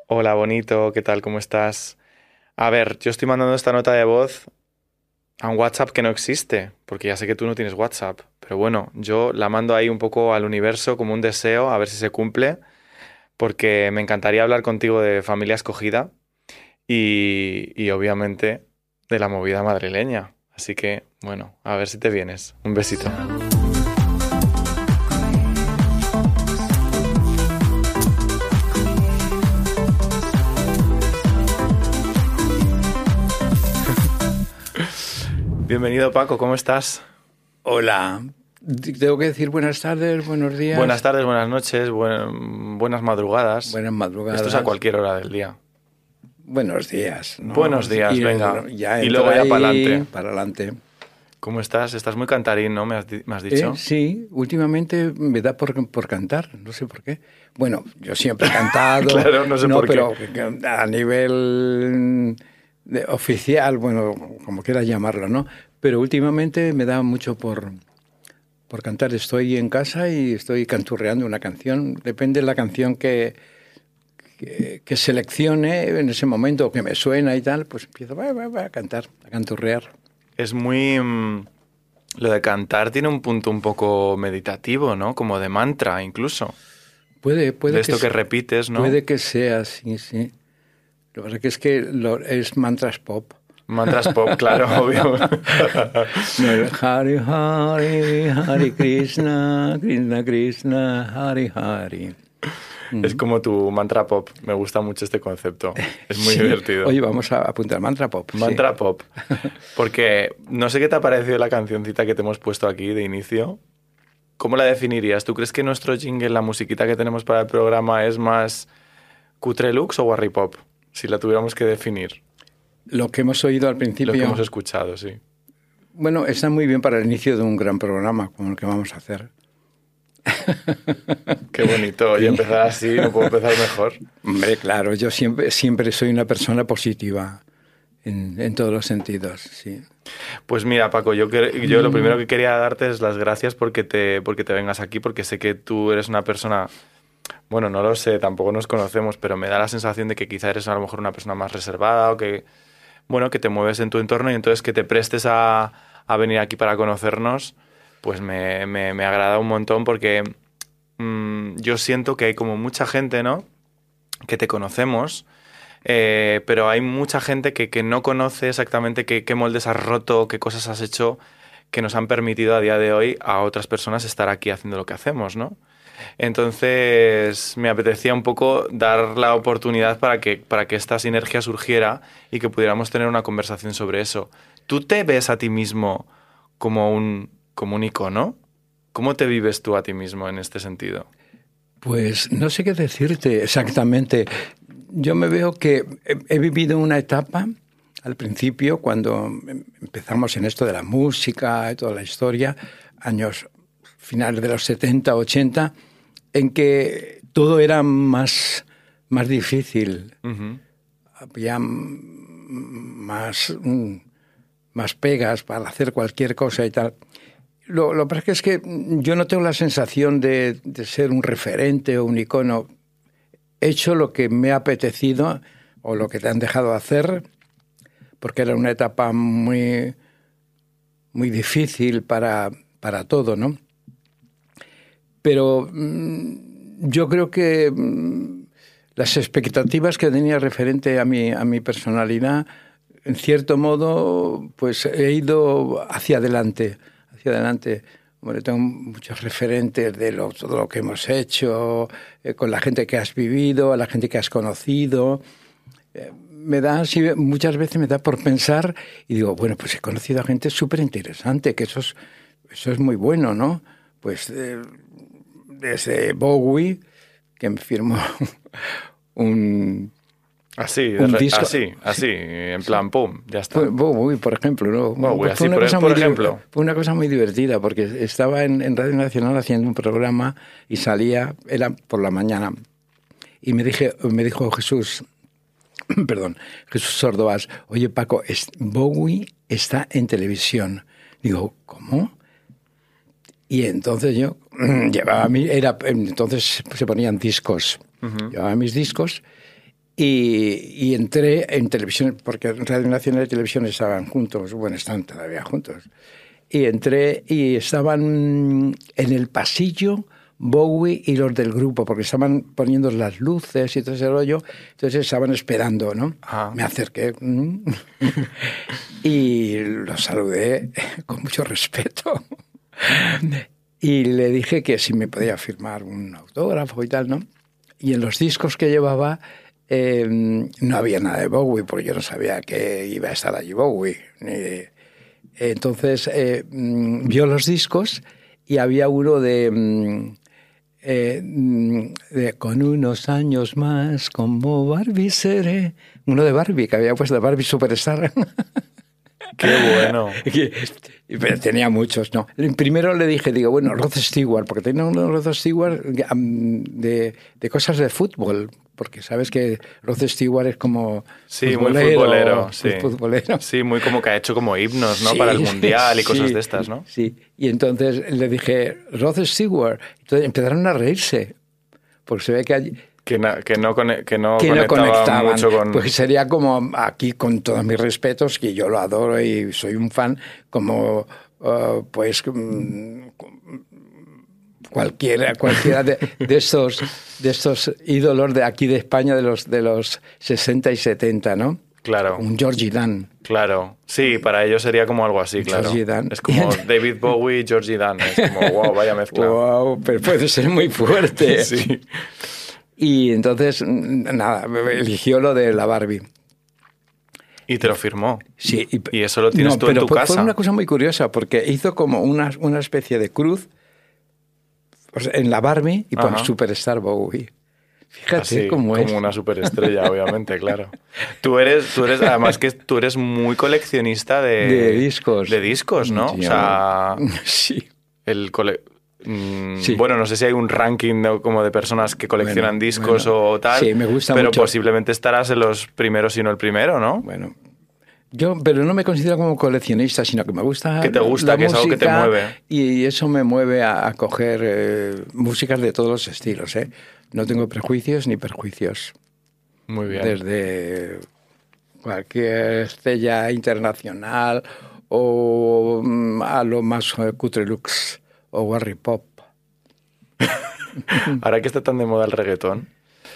Hola, bonito, ¿qué tal? ¿Cómo estás? A ver, yo estoy mandando esta nota de voz a un WhatsApp que no existe, porque ya sé que tú no tienes WhatsApp, pero bueno, yo la mando ahí un poco al universo como un deseo, a ver si se cumple, porque me encantaría hablar contigo de familia escogida y obviamente de la movida madrileña. Así que, bueno, a ver si te vienes. Un besito. Bienvenido, Paco, ¿cómo estás? Hola. Tengo que decir buenas tardes, buenos Buenas días, tardes, buenas noches, buenas madrugadas. buenas Esto es a madrugadas, cualquier hora del día. buenos días, ¿no? Buenos días, Y venga. ya Y luego entra ya para ahí adelante. para adelante. ¿Cómo estás? Estás muy cantarín, ¿no? ¿Me has dicho? Sí, últimamente me da por cantar, no sé por qué. Bueno, yo siempre he cantado, Claro, no sé no, por qué. pero a nivel oficial, bueno, como quieras llamarlo, ¿no? Pero últimamente me da mucho por cantar. Estoy en casa y estoy canturreando una canción. Depende de la canción que seleccione en ese momento, que me suena y tal, pues empiezo a cantar, a canturrear. Es muy... lo de cantar tiene un punto un poco meditativo, ¿no? Como de mantra, incluso. Puede, De puede que, esto que repites, ¿no? puede que sea, sí, sí. Lo que pasa que es que es mantras pop. Mantras pop, claro, obvio. No, el Hari Hari, Hari Krishna, Krishna Krishna, Hari Hari. Es como tu mantra pop. Me gusta mucho este concepto. Es muy Sí, divertido. oye, vamos a apuntar mantra pop, sí. Mantra pop. Porque no sé qué te ha parecido la cancioncita que te hemos puesto aquí de inicio. ¿Cómo la definirías? ¿Tú crees que nuestro jingle, la musiquita que tenemos para el programa, es más cutrelux o Warry Pop? Si la tuviéramos que definir. Lo que hemos oído al Lo que hemos principio, escuchado, sí. bueno, está muy bien para el inicio de un gran programa como el que vamos a hacer. Qué bonito. Oye, empezar así, no puedo empezar mejor. Hombre, claro, yo siempre soy una persona positiva en todos los sentidos, sí. Pues mira, Paco, yo lo primero que quería darte es las gracias porque te vengas aquí, porque sé que tú eres una persona, bueno, no lo sé, tampoco nos conocemos, pero me da la sensación de que quizá eres a lo mejor una persona más reservada o que, bueno, que te mueves en tu entorno y entonces que te prestes a venir aquí para conocernos, pues me agrada un montón porque yo siento que hay como mucha gente, ¿no? Que te conocemos, pero hay mucha gente que no conoce exactamente qué moldes has roto, qué cosas has hecho que nos han permitido a día de hoy a otras personas estar aquí haciendo lo que hacemos, ¿no? Entonces me apetecía un poco dar la oportunidad para que esta sinergia surgiera y que pudiéramos tener una conversación sobre eso. ¿Tú te ves a ti mismo como un icono? ¿Cómo te vives tú a ti mismo en este sentido? Pues no sé qué decirte exactamente. Yo me veo que he vivido una etapa al principio, cuando empezamos en esto de la música y toda la historia, años finales de los 70, 80, en que todo era más difícil. Ujú. Había más pegas para hacer cualquier cosa y tal. Lo que pasa es que yo no tengo la sensación de ser un referente o un icono. He hecho lo que me ha apetecido o lo que te han dejado hacer, porque era una etapa muy difícil para todo, ¿no? Pero yo creo que las expectativas que tenía referente a mi personalidad, en cierto modo, pues he ido hacia adelante. Bueno, tengo muchos referentes de todo lo que hemos hecho, con la gente que has vivido, a la gente que has conocido. Muchas veces me da por pensar y digo, bueno, pues he conocido a gente súper interesante, que eso es muy bueno, ¿no? Pues desde Bowie, que me firmó un, Así, un disco. así, en Sí. plan, pum, ya está. Bowie, por ejemplo, ¿no? Bowie, Pues así, por ejemplo. fue una cosa muy divertida, porque estaba en Radio Nacional haciendo un programa y era por la mañana, y me dijo Jesús, perdón, Jesús Sordoas, oye Paco, Bowie está en televisión. Digo, ¿cómo? Y entonces yo entonces se ponían discos. Ujú. Llevaba mis discos Y entré en televisión, porque Radio Nacional y Televisión estaban juntos, bueno, están todavía juntos. Y entré y estaban en el pasillo Bowie y los del grupo, porque estaban poniendo las luces y todo ese rollo, entonces estaban esperando, ¿no? Ah. Me acerqué y los saludé con mucho respeto y le dije que si me podía firmar un autógrafo y tal, ¿no? Y en los discos que llevaba no había nada de Bowie, porque yo no sabía que iba a estar allí Bowie. Entonces vio los discos y había uno de con unos años más, como Barbie seré. Uno de Barbie, que había puesto de Barbie Superstar. ¡Qué bueno! Pero tenía muchos, ¿no? Primero le dije, bueno, Rod Stewart, porque tenía uno de Rod Stewart de cosas de fútbol, porque sabes que Rod Stewart es como sí, muy futbolero, sí. Futbolero. Sí, muy como que ha hecho como himnos, ¿no? Sí, para el Mundial y sí, cosas de estas, ¿no? Sí, y entonces le dije, Rod Stewart. Entonces empezaron a reírse, porque se ve que allí... Que no conectaban mucho con... Pues sería como aquí, con todos mis respetos, que yo lo adoro y soy un fan, como pues cualquiera de estos ídolos de aquí de España de los 60 y 70, ¿no? Claro. Un Georgie Dan. Claro. Sí, para ellos sería como algo así, claro. Georgie Dan. Es como David Bowie y Georgie Dan. Es como, wow, vaya mezcla. Wow, pero puede ser muy fuerte. Sí. Y entonces, nada, eligió lo de la Barbie. Y te lo firmó. Sí. Y eso lo tienes tú en tu casa. Fue una cosa muy curiosa, porque hizo como una especie de cruz en la Barbie y por Superstar Bowie. Fíjate así, cómo es. Como una superestrella, obviamente, claro. Tú eres, además que tú eres muy coleccionista de discos. De discos, ¿no? Sí, o sea, sí. Sí. Bueno, no sé si hay un ranking como de personas que coleccionan discos o tal. Sí, me gusta pero mucho. Posiblemente estarás en los primeros, si no el primero, ¿no? Bueno, pero no me considero como coleccionista, sino que me gusta. Que te gusta, la que música, es algo que te mueve. Y eso me mueve a coger músicas de todos los estilos, ¿eh? No tengo prejuicios ni perjuicios. Muy bien. Desde cualquier estrella internacional o a lo más Cutrelux o Warry Pop. Ahora que está tan de moda el reggaetón,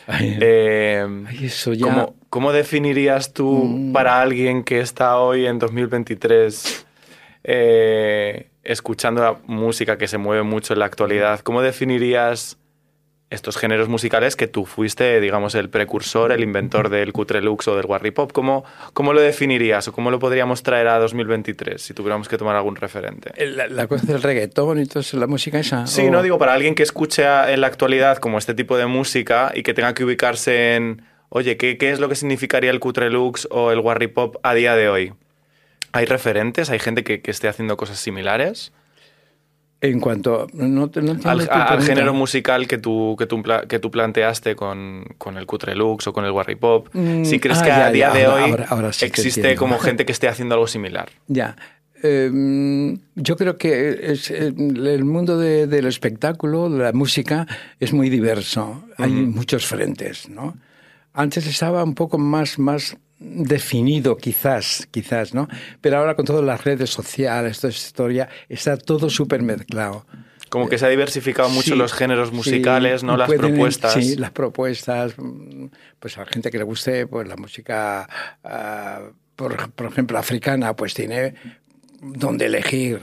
eso ya... ¿cómo definirías tú para alguien que está hoy en 2023 escuchando la música que se mueve mucho en la actualidad? ¿Cómo definirías estos géneros musicales que tú fuiste, digamos, el precursor, el inventor del Cutrelux o del Warry Pop? ¿Cómo lo definirías o cómo lo podríamos traer a 2023 si tuviéramos que tomar algún referente? La cosa del reggaetón y toda la música esa. Sí, no digo para alguien que escuche en la actualidad como este tipo de música y que tenga que ubicarse en, oye, ¿qué es lo que significaría el Cutrelux o el Warry Pop a día de hoy? ¿Hay referentes? ¿Hay gente que esté haciendo cosas similares? En cuanto al género musical que tú planteaste con el Cutrelux o con el Warry Pop, si crees que a día de hoy ahora sí existe como gente que esté haciendo algo similar. Ya. Yo creo que el mundo del espectáculo, de la música, es muy diverso. Hay muchos frentes, ¿no? Antes estaba un poco más definido, quizás, ¿no? Pero ahora con todas las redes sociales, toda esta historia, está todo súper mezclado. Como que se ha diversificado mucho los géneros musicales, ¿no? Las propuestas. Sí, las propuestas. Pues a la gente que le guste, pues la música, por ejemplo, africana, pues tiene donde elegir,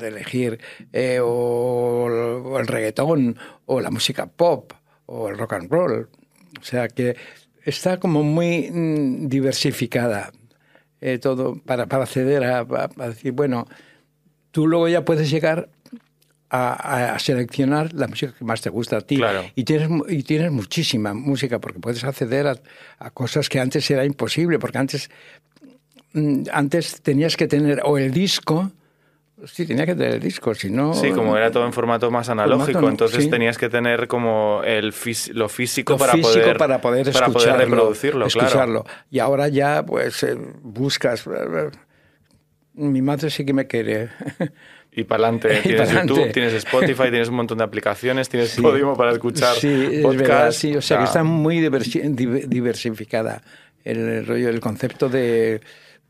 o el reggaetón, o la música pop, o el rock and roll. O sea que está como muy diversificada todo para acceder a decir, bueno, tú luego ya puedes llegar a seleccionar la música que más te gusta a ti. Claro. Y tienes muchísima música, porque puedes acceder a cosas que antes era imposible, porque antes tenías que tener o el disco. Sí, tenía que tener el disco, si no... Sí, como era todo en formato más analógico, entonces sí. Tenías que tener como lo físico para poder escucharlo, reproducirlo, escucharlo. Claro. Y ahora ya, pues, buscas... Mi madre sí que me quiere. Y para adelante. Tienes YouTube, tienes Spotify, tienes un montón de aplicaciones, tienes Podimo para escuchar podcasts. Sí, o sea que está muy diversificada el rollo, el concepto de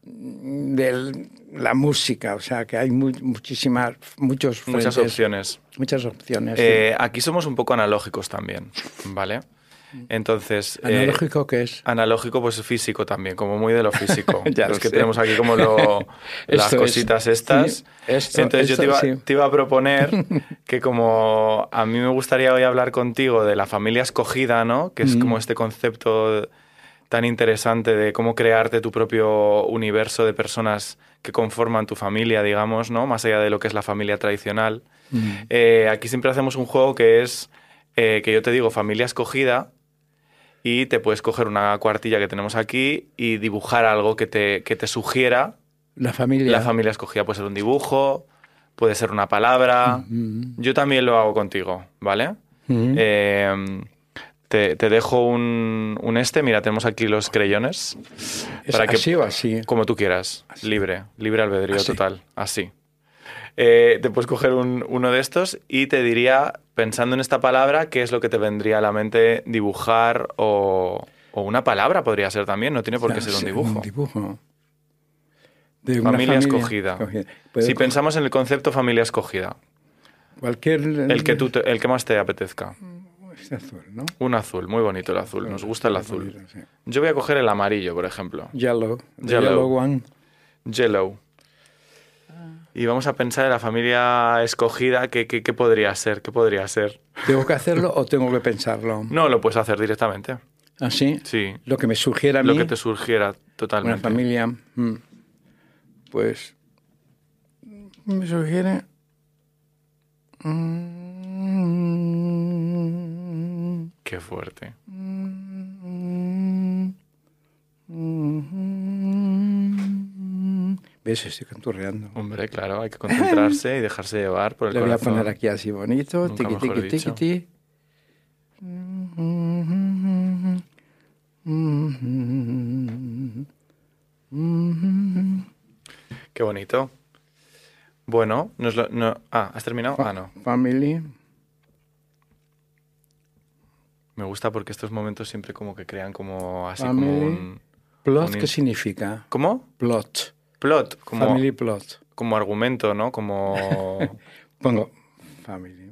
la música, o sea que hay muchas opciones. Muchas opciones. Sí. Aquí somos un poco analógicos también, ¿vale? Entonces, ¿analógico qué es? Analógico, pues físico también, como muy de lo físico. Los que tenemos aquí como las cositas estas. Sí, entonces yo te iba a proponer que como a mí me gustaría hoy hablar contigo de la familia escogida, ¿no? Que es como este concepto tan interesante de cómo crearte tu propio universo de personas que conforman tu familia, digamos, ¿no? Más allá de lo que es la familia tradicional. Aquí siempre hacemos un juego que es, que yo te digo, familia escogida, y te puedes coger una cuartilla que tenemos aquí y dibujar algo que te sugiera. La familia. La familia escogida puede ser un dibujo, puede ser una palabra. Yo también lo hago contigo, ¿vale? Te dejo un mira, tenemos aquí los creyones. ¿Es para así o así? Como tú quieras, así. Libre albedrío así. Total, así. Te puedes coger uno de estos y te diría, pensando en esta palabra, qué es lo que te vendría a la mente dibujar o una palabra podría ser también, no tiene por qué ser un dibujo. Un dibujo. Familia escogida. Si pensamos en el concepto familia escogida. El que más te apetezca. Este azul, ¿no? Un azul, muy bonito el azul. Nos gusta el azul. Bonito, sí. Yo voy a coger el amarillo, por ejemplo. Yellow one. Yellow. Y vamos a pensar en la familia escogida, ¿qué podría ser? ¿Qué podría ser? ¿Tengo que hacerlo o tengo que pensarlo? No, lo puedes hacer directamente. ¿Ah, sí? Sí. Lo que me sugiera a mí. Lo que te surgiera, totalmente. Una familia, pues, me sugiere... Qué fuerte. ¿Ves? Estoy canturreando. Hombre, claro, hay que concentrarse y dejarse llevar por el corazón. Le voy a poner aquí así bonito. Tiqui, tiqui, tiqui, tiqui. Qué bonito. Bueno, ¿has terminado? No. Family. Me gusta porque estos momentos siempre como que crean como así Family. Como un... Plot, ¿qué significa? ¿Cómo? Plot. Plot. Como, family plot. Como argumento, ¿no? Como... Pongo family.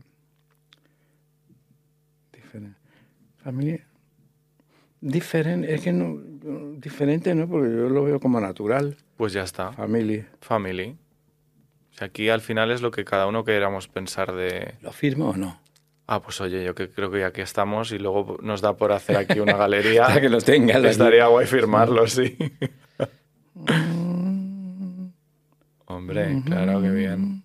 Family. Diferente, es que no... Diferente, ¿no? Porque yo lo veo como natural. Pues ya está. Family. O sea, aquí al final es lo que cada uno queramos pensar de... ¿Lo firmo o no? Pues oye, yo creo que ya que estamos y luego nos da por hacer aquí una galería... Para que lo tengas. Estaría guay firmarlo, sí. Hombre, claro, qué bien.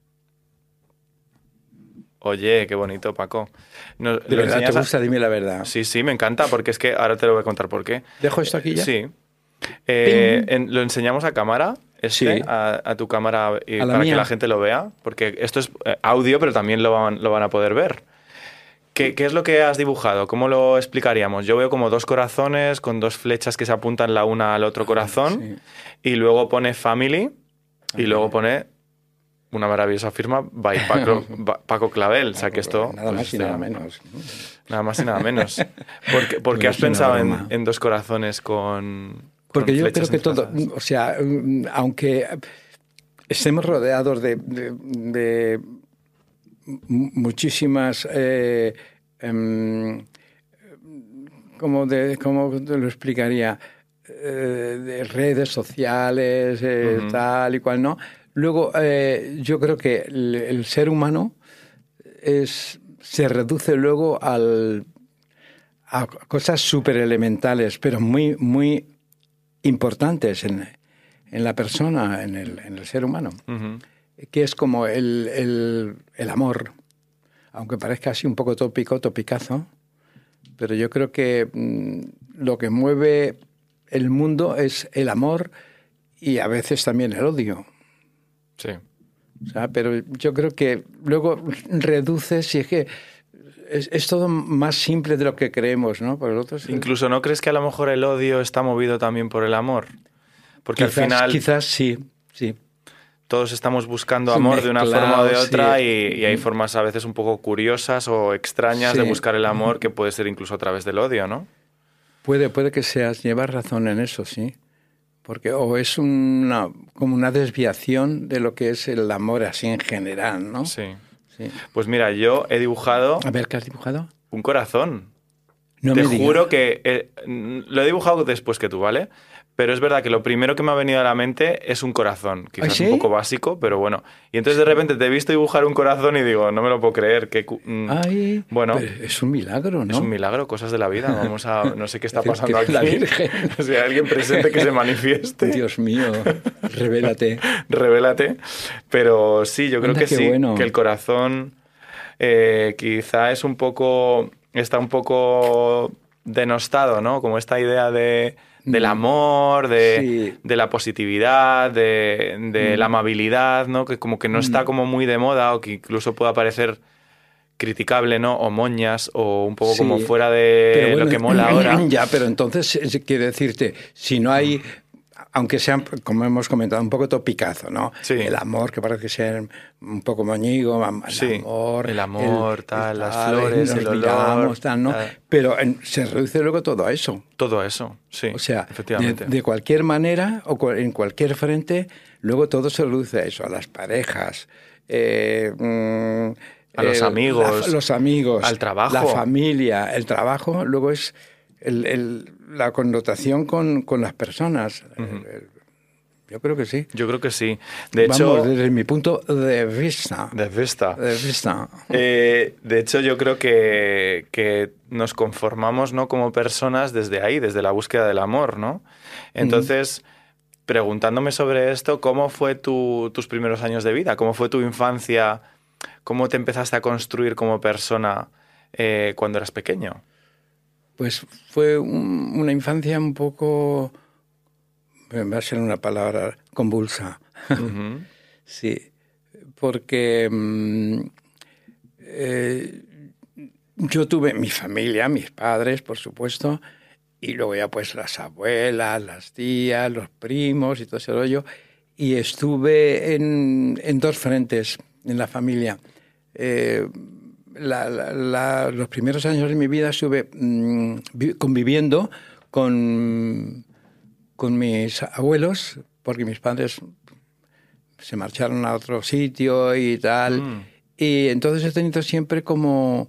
Oye, qué bonito, Paco. ¿De verdad te gusta? Dime la verdad. Sí, me encanta, porque es que ahora te lo voy a contar por qué. ¿Dejo esto aquí ya? Sí. Lo enseñamos a cámara, sí. a tu cámara, para que la gente lo vea, porque esto es audio, pero también lo van a poder ver. ¿Qué es lo que has dibujado? ¿Cómo lo explicaríamos? Yo veo como 2 corazones con 2 flechas que se apuntan la una al otro corazón, sí. Y luego pone family, y luego pone una maravillosa firma by Paco Clavel. O sea que esto... Nada más y nada menos. Nada más y nada menos. ¿Por qué has pensado en 2 corazones con porque yo creo que todo... O sea, aunque estemos rodeados de muchísimas... ¿cómo te lo explicaría? De redes sociales, tal y cual, ¿no? Luego, yo creo que el ser humano se reduce luego a cosas súper elementales, pero muy, muy importantes en la persona, en el ser humano, que es como el amor, aunque parezca así un poco topicazo, pero yo creo que lo que mueve el mundo es el amor y a veces también el odio. Sí. O sea, pero yo creo que luego reduces y es que es todo más simple de lo que creemos, ¿no? Por el otro, incluso, ¿no crees que a lo mejor el odio está movido también por el amor? Porque quizás, al final... Quizás sí. todos estamos buscando Sí, amor de una forma o de mezclado, otra sí. y hay formas a veces un poco curiosas o extrañas de Sí. buscar el amor que puede ser incluso a través del odio, ¿no? Puede que llevas razón en eso, sí. Porque o es como una desviación de lo que es el amor así en general, ¿no? Sí. Sí. Pues mira, yo he dibujado A ver, ¿qué has dibujado? un corazón. No Te me juro digas. que lo he dibujado después que tú, ¿vale? Pero es verdad que lo primero que me ha venido a la mente es un corazón. ¿Ah, Quizás un sí? poco básico, pero bueno. Y entonces de repente te he visto dibujar un corazón y digo, no me lo puedo creer. Ay, Bueno, pero es un milagro, es un ¿no? milagro, cosas de la vida. Vamos a... No sé qué está Es decir, pasando que aquí. la Virgen. Si hay alguien presente que se manifieste, Dios mío, revélate. revélate. Pero sí, yo creo Anda, que qué sí, que bueno. el corazón quizá es un poco... Está un poco denostado, ¿no? Como esta idea del amor, Sí. de la positividad, de la amabilidad, ¿no? Que como que no está como muy de moda o que incluso pueda parecer criticable, ¿no? O moñas o un poco como Sí, fuera pero de lo bueno, que mola ahora. ya, pero entonces quiere decirte, si no hay, aunque sean, como hemos comentado, un poco topicazo, ¿no? Sí, El amor, que parece ser un poco moñigo, el sí. amor, El amor, el tal, las tal, flores, el nos olor, miramos, tal, ¿no? tal. Pero se reduce luego todo a eso. Todo eso, sí, O sea, efectivamente. de cualquier manera o en cualquier frente, luego todo se reduce a eso, a las parejas, A los amigos, los amigos, al la trabajo. familia, el trabajo, luego es la connotación con las personas. Yo creo que sí. Yo creo que sí. De Vamos, hecho, desde mi punto de vista. de vista. De vista. De hecho, yo creo que nos conformamos, ¿no? Como personas desde ahí, desde la búsqueda del amor, ¿no? Entonces, preguntándome sobre esto, ¿cómo fue tus primeros años de vida? ¿Cómo fue tu infancia? ¿Cómo te empezaste a construir como persona cuando eras pequeño? Pues fue una infancia un poco, va a ser una palabra convulsa. Ujú. Sí, porque yo tuve mi familia, mis padres, por supuesto, y luego ya pues las abuelas, las tías, los primos y todo ese rollo. Y estuve en dos frentes en la familia. Los primeros años de mi vida estuve conviviendo con mis abuelos, porque mis padres se marcharon a otro sitio y tal. Mm. Y entonces he tenido siempre como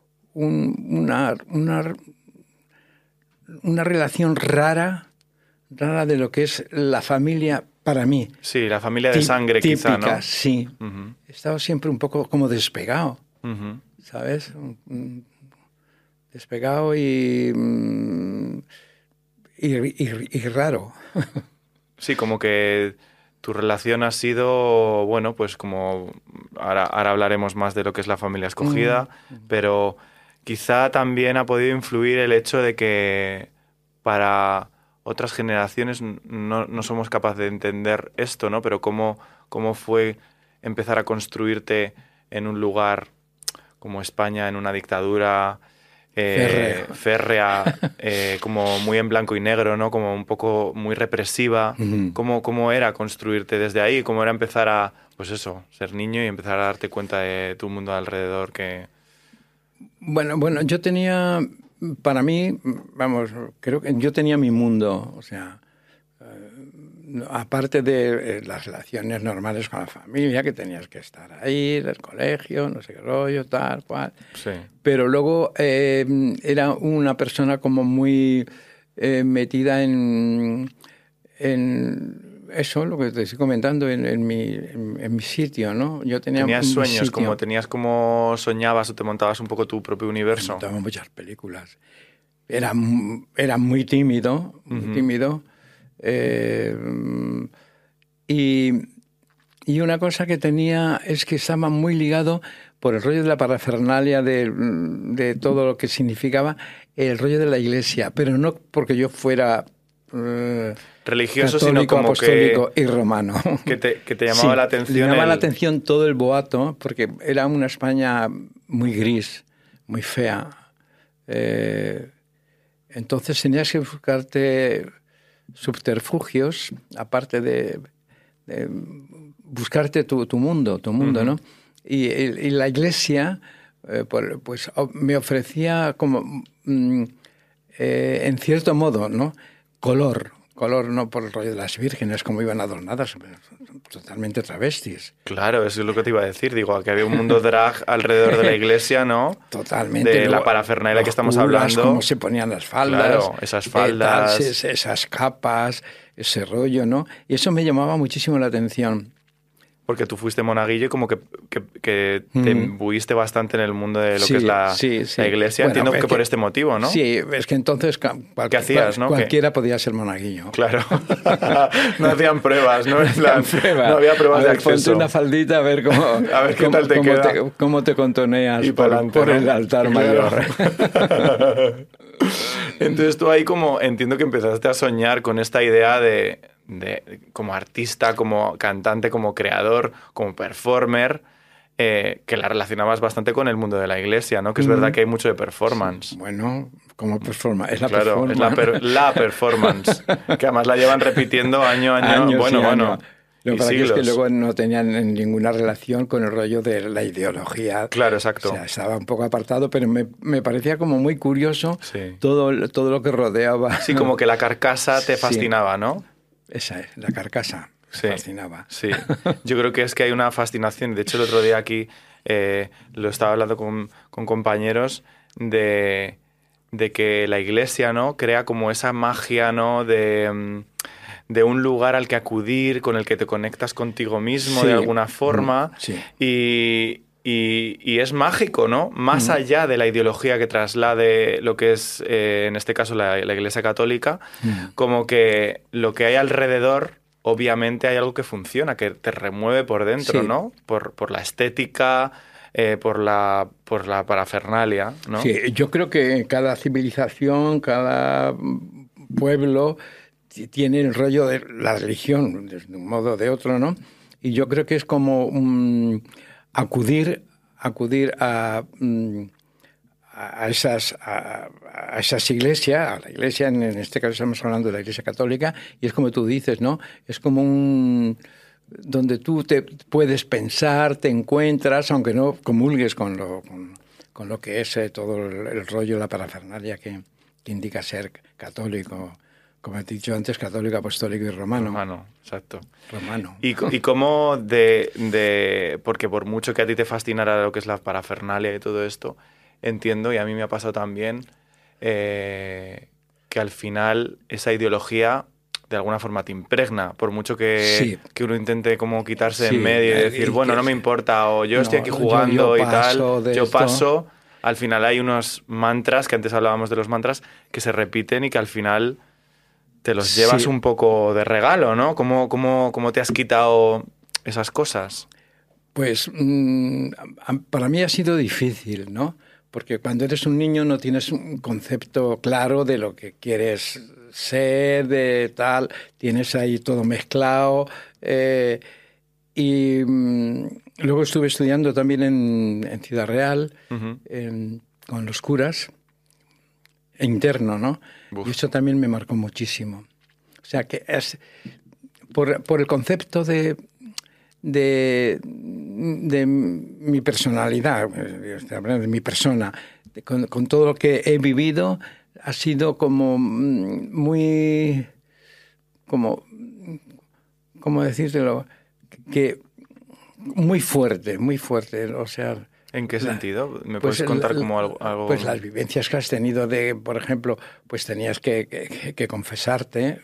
una relación rara de lo que es la familia para mí. Sí, la familia de sangre quizá, Típica, ¿no? sí. Ujú, He estado siempre un poco como despegado, ujú. ¿sabes? Despegado y raro. Sí, como que tu relación ha sido, bueno, pues como ahora hablaremos más de lo que es la familia escogida, pero quizá también ha podido influir el hecho de que para otras generaciones no somos capaces de entender esto, ¿no? Pero cómo fue empezar a construirte en un lugar como España, en una dictadura Férrea. férrea, como muy en blanco y negro, ¿no? Como un poco muy represiva. ¿Cómo era construirte desde ahí? ¿Cómo era empezar a, pues eso, ser niño y empezar a darte cuenta de tu mundo alrededor que... Bueno, yo tenía, para mí, vamos, creo que yo tenía mi mundo, o sea, aparte de las relaciones normales con la familia, que tenías que estar ahí, el colegio, no sé qué rollo, tal, cual. Sí. Pero luego era una persona como muy metida en eso, lo que te estoy comentando, en mi sitio, ¿no? Yo tenía ¿Tenías mi sueños? sitio. ¿Tenías como soñabas o te montabas un poco tu propio Me universo? montaba muchas películas. Era muy tímido, muy tímido. Eh, y, y una cosa que tenía es que estaba muy ligado por el rollo de la parafernalia de todo lo que significaba el rollo de la iglesia, pero no porque yo fuera Religioso, sino católico, como apostólico y romano. que te llamaba Sí, la le atención llamaba la atención todo el boato, porque era una España muy gris, muy fea. Entonces tenías que buscarte subterfugios, aparte de buscarte tu mundo, ¿no? Y la Iglesia, pues me ofrecía como, en cierto modo, ¿no? Color, no por el rollo de las vírgenes, como iban adornadas, totalmente travestis. Claro, eso es lo que te iba a decir. Digo, que había un mundo drag alrededor de la iglesia, ¿no? Totalmente. De la parafernalia que estamos hablando. Cómo se ponían las faldas. Claro, esas faldas. Esas capas, ese rollo, ¿no? Y eso me llamaba muchísimo la atención. Porque tú fuiste monaguillo y como que te imbuiste bastante en el mundo de lo que es la iglesia. Bueno, entiendo que por este motivo, ¿no? Sí, es que entonces ¿qué hacías, no? Cualquiera podía ser monaguillo. Claro. No hacían pruebas, ¿no? No había pruebas de acceso. Ponte una faldita a ver qué tal te queda. Cómo te contoneas y por el altar mayor. Entonces tú ahí como entiendo que empezaste a soñar con esta idea de como artista, como cantante, como creador, como performer, que la relacionabas bastante con el mundo de la iglesia, ¿no? Que es verdad que hay mucho de performance. Sí, bueno, como performance, es la claro, performance. Es la performance, que además la llevan repitiendo año. Bueno. Lo que pasa es que luego no tenían ninguna relación con el rollo de la ideología. Claro, exacto. O sea, estaba un poco apartado, pero me parecía como muy curioso todo lo que rodeaba. Sí, como que la carcasa te fascinaba, ¿no? Esa es, la carcasa. Me fascinaba. Sí, yo creo que es que hay una fascinación. De hecho, el otro día aquí lo estaba hablando con compañeros de que la iglesia, ¿no? Crea como esa magia, ¿no? De un lugar al que acudir, con el que te conectas contigo mismo de alguna forma. Sí. Y es mágico, ¿no? Más allá de la ideología que traslade lo que es, en este caso, la Iglesia Católica, como que lo que hay alrededor, obviamente hay algo que funciona, que te remueve por dentro, ¿no? Por la estética, por la parafernalia, ¿no? Sí, yo creo que cada civilización, cada pueblo tiene el rollo de la religión, de un modo o de otro, ¿no? Y yo creo que es como acudir a esas iglesias, a la iglesia, en este caso estamos hablando de la Iglesia Católica, y es como tú dices, ¿no? Es como donde tú te puedes pensar, te encuentras, aunque no comulgues con lo que es todo el rollo, la parafernalia que indica ser católico. Como he dicho antes, católico, apostólico y romano. Romano, exacto. Romano. Y cómo porque por mucho que a ti te fascinara lo que es la parafernalia y todo esto, entiendo, y a mí me ha pasado también, que al final esa ideología de alguna forma te impregna, por mucho que uno intente como quitarse de en medio y decir, bueno, no me importa, o yo estoy aquí jugando y tal, yo paso. Al final hay unos mantras, que antes hablábamos de los mantras, que se repiten y que al final te los llevas un poco de regalo, ¿no? ¿Cómo te has quitado esas cosas? Pues para mí ha sido difícil, ¿no? Porque cuando eres un niño no tienes un concepto claro de lo que quieres ser, de tal, tienes ahí todo mezclado. Y luego estuve estudiando también en Ciudad Real, con los curas, interno, ¿no? Uf. Y eso también me marcó muchísimo. O sea, que es por el concepto de mi personalidad, de mi persona, con todo lo que he vivido, ha sido como muy, ¿cómo decírtelo? Que muy fuerte, o sea... ¿En qué sentido? ¿Me puedes contar como algo? Pues las vivencias que has tenido por ejemplo, pues tenías que confesarte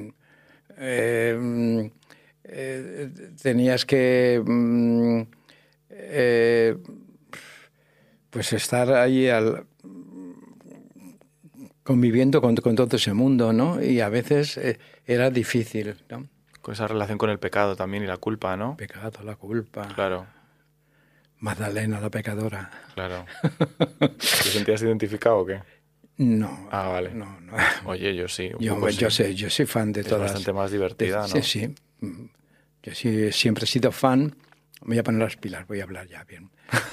tenías que pues estar ahí conviviendo con todo ese mundo, ¿no? Y a veces era difícil, ¿no? Con esa relación con el pecado también y la culpa, ¿no? El pecado, la culpa. Claro. Magdalena, la pecadora. Claro. ¿Te sentías identificado o qué? No. Ah, vale. No. Oye, yo sí. Yo soy fan de todas. Es bastante más divertida, ¿no? Sí. Yo sí, siempre he sido fan. Me voy a poner las pilas, voy a hablar ya bien.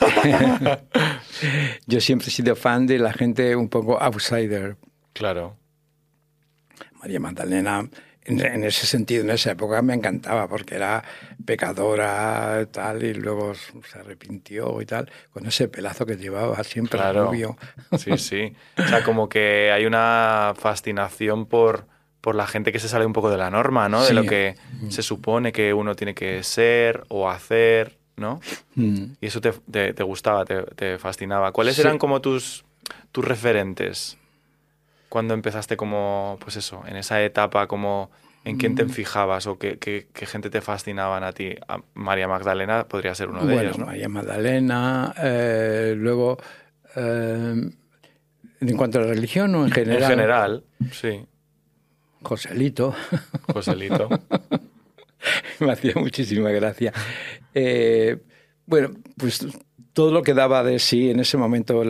Yo siempre he sido fan de la gente un poco outsider. Claro. María Magdalena En ese sentido, en esa época me encantaba porque era pecadora tal y luego se arrepintió y tal, con ese pelazo que llevaba siempre rubio. Sí, sí. O sea, como que hay una fascinación por la gente que se sale un poco de la norma, ¿no? Sí. De lo que se supone que uno tiene que ser o hacer, ¿no? Y eso te gustaba, te fascinaba. ¿Cuáles eran como tus referentes cuando empezaste como, pues eso, en esa etapa, como en quién te fijabas o qué gente te fascinaban a ti? María Magdalena podría ser uno de ellos, ¿no? María Magdalena, luego, en cuanto a la religión o en general. En general, sí. Joselito. Joselito. Me hacía muchísima gracia. Bueno, pues todo lo que daba de sí en ese momento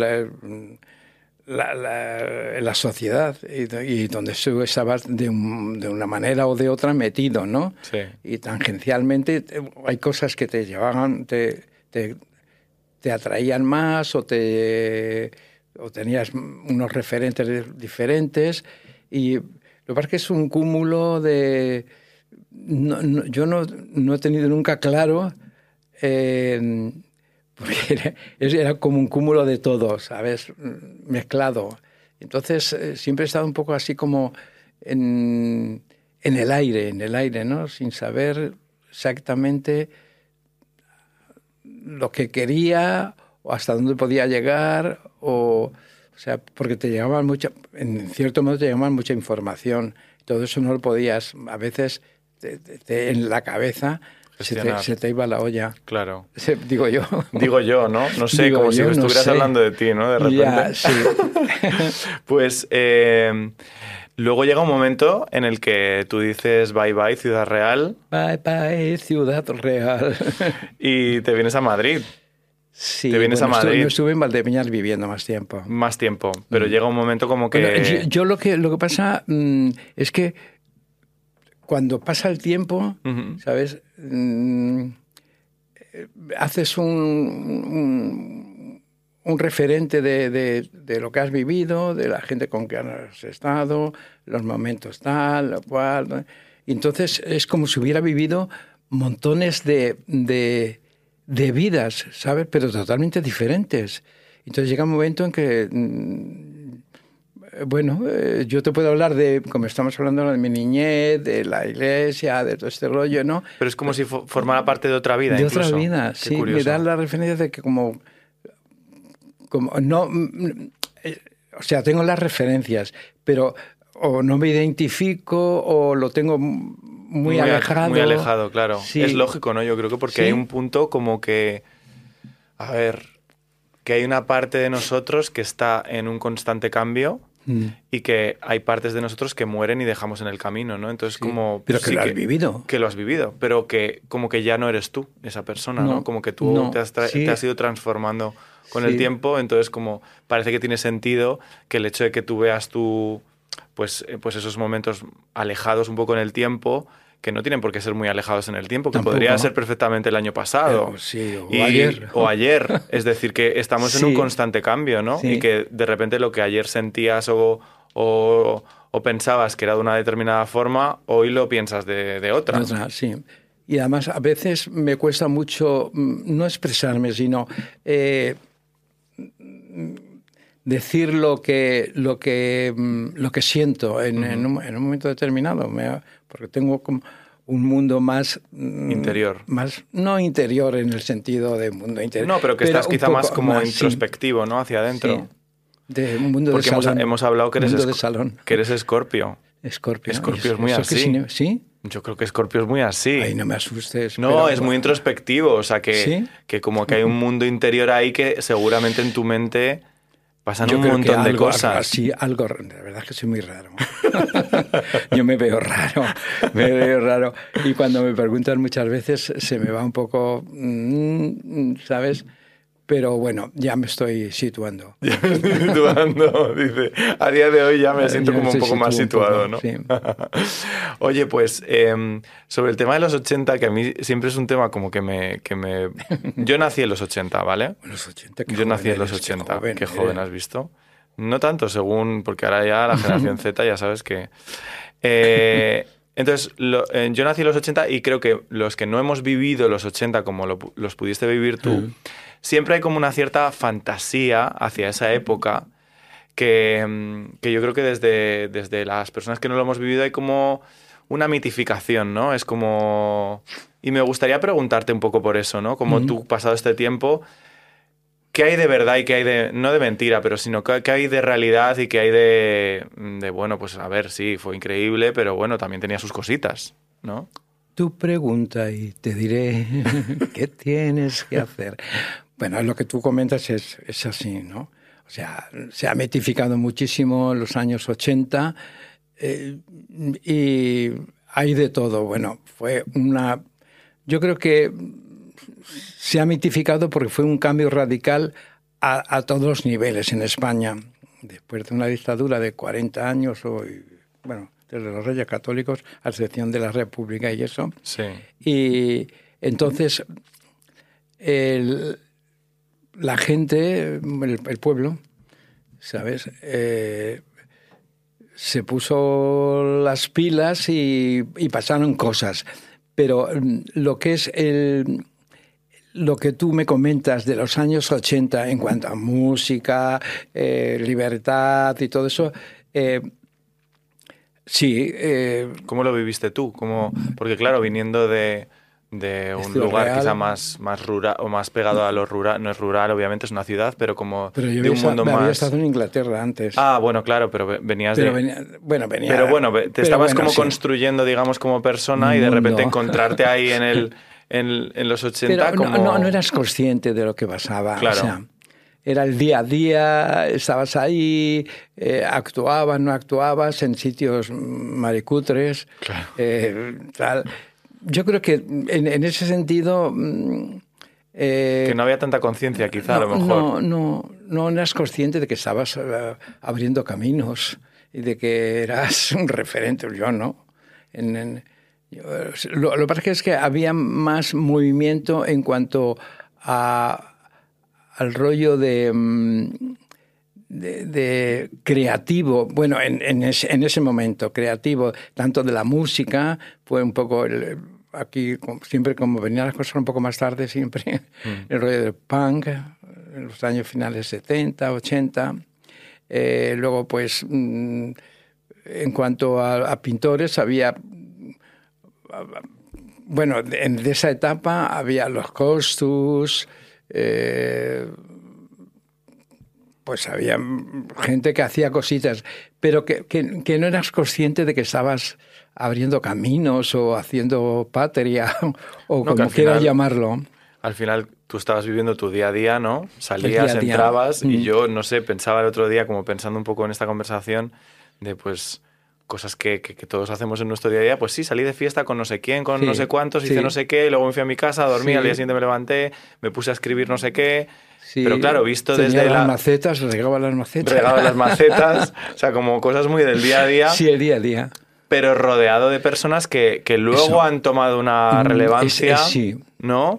la sociedad y donde tú estabas de una manera o de otra metido, ¿no? Sí. Y tangencialmente hay cosas que te llevaban, te atraían más o tenías unos referentes diferentes y lo que pasa es que es un cúmulo de... yo no he tenido nunca claro... porque era como un cúmulo de todo, ¿sabes? Mezclado. Entonces siempre he estado un poco así como en el aire, ¿no? Sin saber exactamente lo que quería o hasta dónde podía llegar o sea, porque en cierto modo te llamaban mucha información. Todo eso no lo podías, a veces en la cabeza... Se te iba la olla. Claro. Digo yo. Digo yo, ¿no? No sé, Digo como si yo, estuvieras hablando de ti, ¿no? De repente. Ya, sí. Pues luego llega un momento en el que tú dices bye bye Ciudad Real. Bye bye Ciudad Real. Y te vienes a Madrid. Sí, te vienes a Madrid. Estuve en Valdepeñas viviendo más tiempo. Más tiempo, pero llega un momento como que... Bueno, yo lo que pasa es que cuando pasa el tiempo, ¿sabes? Haces un referente de lo que has vivido, de la gente con que has estado, los momentos tal, lo cual. Y entonces es como si hubiera vivido montones de vidas, ¿sabes? Pero totalmente diferentes. Entonces llega un momento en que... Bueno, yo te puedo hablar como estamos hablando de mi niñez, de la iglesia, de todo este rollo, ¿no? Pero es como si formara parte de otra vida, de incluso. Otra vida, sí. Curioso. Me dan la referencia de que como no... o sea, tengo las referencias, pero o no me identifico o lo tengo muy alejado. Muy alejado, claro. Sí. Es lógico, ¿no? Yo creo que porque hay un punto como que... A ver, que hay una parte de nosotros que está en un constante cambio... Y que hay partes de nosotros que mueren y dejamos en el camino, ¿no? Entonces como... Pero que lo has vivido. Que lo has vivido, pero que como que ya no eres tú, esa persona, ¿no? Como que tú te has ido transformando con el tiempo, entonces como parece que tiene sentido que el hecho de que tú veas pues esos momentos alejados un poco en el tiempo, que no tienen por qué ser muy alejados en el tiempo, que podría ser perfectamente el año pasado. Sí, ayer. O ayer. Es decir, que estamos en un constante cambio, ¿no? Sí. Y que de repente lo que ayer sentías o pensabas que era de una determinada forma, hoy lo piensas de otra. Sí. Y además a veces me cuesta mucho no expresarme, sino decir lo que siento en un momento determinado, porque tengo como un mundo más interior, no interior en el sentido de mundo interior, no, pero que estás quizá más como introspectivo, ¿no? Hacia adentro, de un mundo porque de salón. Hemos hablado que eres que eres Escorpio. Escorpio es muy así. ¿Sí? Yo creo que Escorpio es muy así. Ay, no me asustes. No, es muy introspectivo, o sea que como que hay un mundo interior ahí que seguramente en tu mente pasan un montón de cosas. Algo, la verdad es que soy muy raro. Yo me veo raro. Y cuando me preguntan muchas veces se me va un poco, ¿sabes? Pero bueno, ya me estoy situando. Ya me estoy situando, dice. A día de hoy ya me siento como un poco más situado, ¿no? Sí. Oye, pues sobre el tema de los 80, que a mí siempre es un tema como que me... Yo nací en los 80, ¿vale? Los 80, Yo nací en los 80. Qué joven has visto. No tanto, porque ahora ya la generación Z ya sabes que... Entonces, yo nací en los 80 y creo que los que no hemos vivido los 80 como los pudiste vivir tú, siempre hay como una cierta fantasía hacia esa época que yo creo que desde las personas que no lo hemos vivido hay como una mitificación, ¿no? Es como... Y me gustaría preguntarte un poco por eso, ¿no? Como tú, pasado este tiempo, ¿qué hay de verdad y qué hay de... no de mentira, pero sino qué hay de realidad y qué hay de bueno, pues a ver, sí, fue increíble, pero bueno, también tenía sus cositas, ¿no? Tu pregunta y te diré qué tienes que hacer. Bueno, lo que tú comentas es así, ¿no? O sea, se ha mitificado muchísimo en los años 80 y hay de todo. Bueno, fue una... Yo creo que se ha mitificado porque fue un cambio radical a todos los niveles en España. Después de una dictadura de 40 años, bueno, desde los Reyes Católicos, a excepción de la República y eso. Sí. Y entonces la gente, el pueblo, ¿sabes? Se puso las pilas y pasaron cosas. Pero lo que es lo que tú me comentas de los años 80 en cuanto a música, libertad y todo eso, sí. ¿Cómo lo viviste tú? Porque claro, viniendo de un lugar real. quizá más rural o más pegado a lo rural, no es rural, obviamente es una ciudad, pero como pero yo de un mundo más... había estado en Inglaterra antes. Ah, bueno, claro, pero venías pero de... venía, Pero bueno, te estabas como sí. construyendo, digamos, como persona y de repente encontrarte ahí en los 80 pero como... no eras consciente de lo que pasaba. Claro. O sea, era el día a día, estabas ahí, actuabas, no actuabas en sitios maricutres, Claro. Tal. Yo creo que en ese sentido... que no había tanta conciencia, quizá, a lo mejor. No eras consciente de que estabas abriendo caminos y de que eras un referente. Yo no. Lo que pasa es que había más movimiento en cuanto al rollo de creativo, bueno, en ese momento, creativo, tanto de la música, fue un poco aquí, siempre como venían las cosas un poco más tarde, siempre, el rollo del punk, en los años finales 70, 80. Luego, pues, en cuanto a pintores, había... Bueno, de esa etapa había los Costus, pues había gente que hacía cositas, pero que no eras consciente de que estabas abriendo caminos o haciendo patria o como quieras llamarlo. Al final tú estabas viviendo tu día a día, ¿no? Salías, entrabas y yo, no sé, pensaba el otro día, como pensando un poco en esta conversación, de pues cosas que todos hacemos en nuestro día a día. Pues sí, salí de fiesta con no sé quién, con no sé cuántos, hice no sé qué, luego me fui a mi casa, dormí, al día siguiente me levanté, me puse a escribir no sé qué... Sí, pero claro, visto desde las macetas, regaba las macetas. Regaba las macetas, o sea, como cosas muy del día a día. Sí, el día a día. Pero rodeado de personas que luego han tomado una relevancia, ¿no?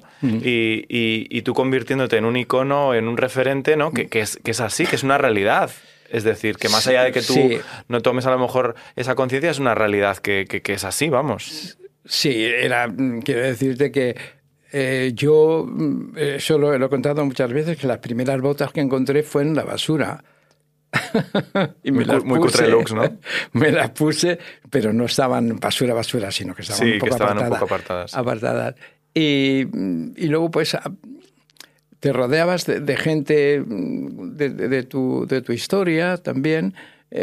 Y tú convirtiéndote en un icono, en un referente, ¿no? Que es así, que es una realidad. Es decir, que más allá de que tú no tomes a lo mejor esa conciencia, es una realidad que es así, vamos. Sí, quiero decirte que yo, eso lo he contado muchas veces, que las primeras botas que encontré fueron en la basura. Y muy cutre looks, ¿no? Me las puse, pero no estaban basura, sino que estaban, un poco apartadas. Y luego, pues, te rodeabas de gente de tu historia también.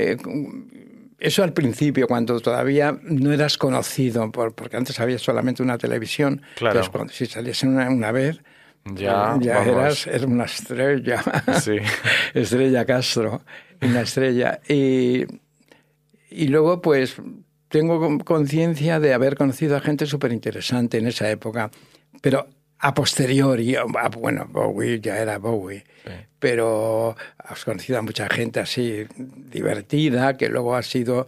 Eso al principio, cuando todavía no eras conocido, porque antes había solamente una televisión. Claro. Entonces, si salías una vez, ya eras una estrella. Sí. Estrella Castro, una estrella. Y luego, pues, tengo conciencia de haber conocido a gente súper interesante en esa época. Pero a posteriori, bueno, Bowie ya era Bowie. Sí. Pero has conocido a mucha gente así divertida, que luego ha sido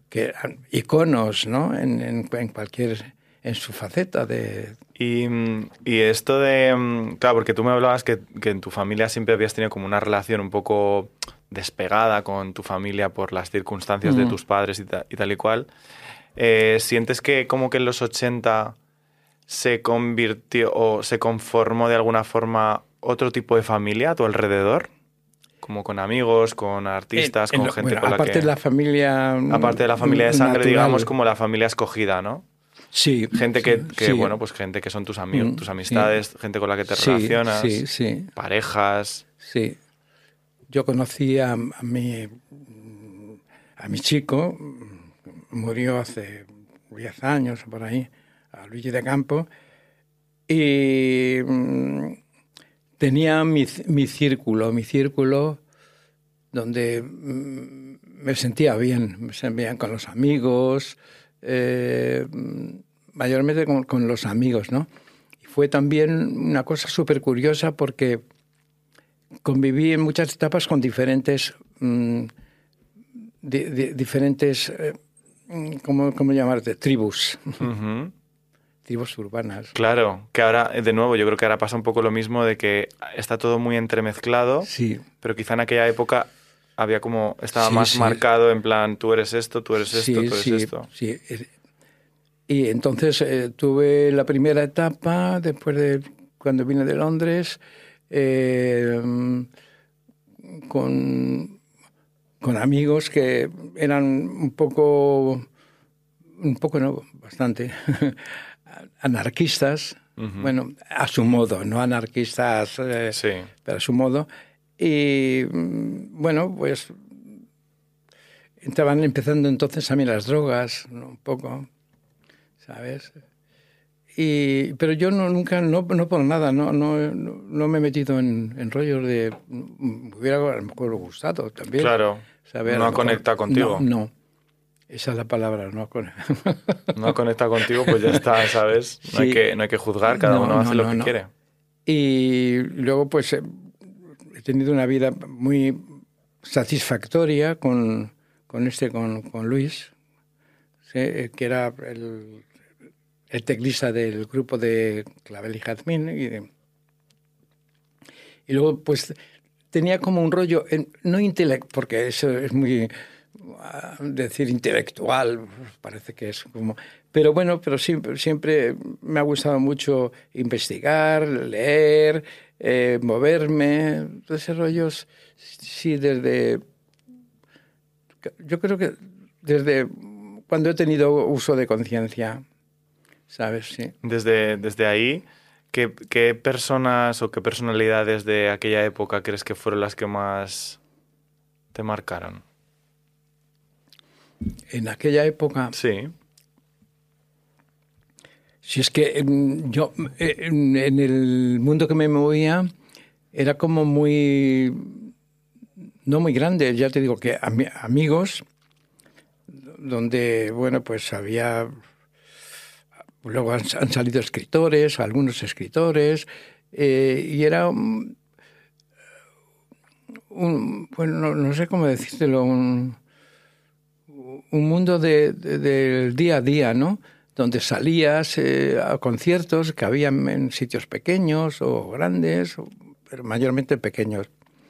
iconos, ¿no? En su faceta de... Y esto de... Claro, porque tú me hablabas que en tu familia siempre habías tenido como una relación un poco despegada con tu familia por las circunstancias de tus padres y tal y cual. ¿Sientes que como que en los 80 se convirtió o se conformó de alguna forma otro tipo de familia a tu alrededor? Como con amigos, con artistas, con gente con la aparte que... de la familia Aparte de la familia de sangre, natural. digamos, como la familia escogida, ¿no? Sí. Gente sí. bueno, pues gente que son tus amigos, tus amistades, sí. gente con la que te Sí, relacionas, sí. parejas. Sí. Yo conocí a mi chico, murió hace 10 años o por ahí, a Luigi de Campo, y tenía mi círculo donde me sentía bien con los amigos, mayormente con los amigos, ¿no? Y fue también una cosa súper curiosa porque conviví en muchas etapas con diferentes, ¿cómo llamarte? Tribus. Uh-huh. Tribus urbanas. Claro, que ahora, de nuevo, yo creo que ahora pasa un poco lo mismo de que está todo muy entremezclado, Sí. pero quizá en aquella época había como, estaba Sí, más sí. marcado en plan, tú eres esto, tú eres esto, tú eres esto. Sí. Y entonces tuve la primera etapa, después de cuando vine de Londres, con amigos que eran un poco no, bastante anarquistas, Uh-huh. bueno, a su modo, no anarquistas, Sí. pero a su modo. Y bueno, pues estaban empezando entonces también las drogas, ¿no? Un poco, ¿sabes? Pero yo nunca, no por nada, no me he metido en rollos de... Me hubiera a lo mejor gustado también. Claro, ¿sabes? no ha conectado contigo. No, esa es la palabra, no ha conectado. No ha conectado contigo, pues ya está, ¿sabes? No, Sí. no hay que juzgar, cada uno hace lo que quiere. Y luego pues he tenido una vida muy satisfactoria con Luis, ¿sí? Que era el teclista del grupo de Clavel y Jazmín. Y luego, pues, tenía como un rollo, no intelectual, porque eso es muy, decir intelectual, parece que es como... Pero bueno, pero siempre me ha gustado mucho investigar, leer, moverme, todos esos rollos, sí, yo creo que desde cuando he tenido uso de conciencia, ¿sabes? Sí. Desde ahí, ¿qué personas o qué personalidades de aquella época crees que fueron las que más te marcaron? En aquella época... Sí. Si es que yo, en el mundo que me movía, era como muy... No muy grande, ya te digo que amigos, donde, bueno, pues había... Luego han salido escritores, algunos escritores, y era bueno, no sé cómo decírtelo, un mundo del día a día, ¿no? Donde salías a conciertos que había en sitios pequeños o grandes, pero mayormente pequeños.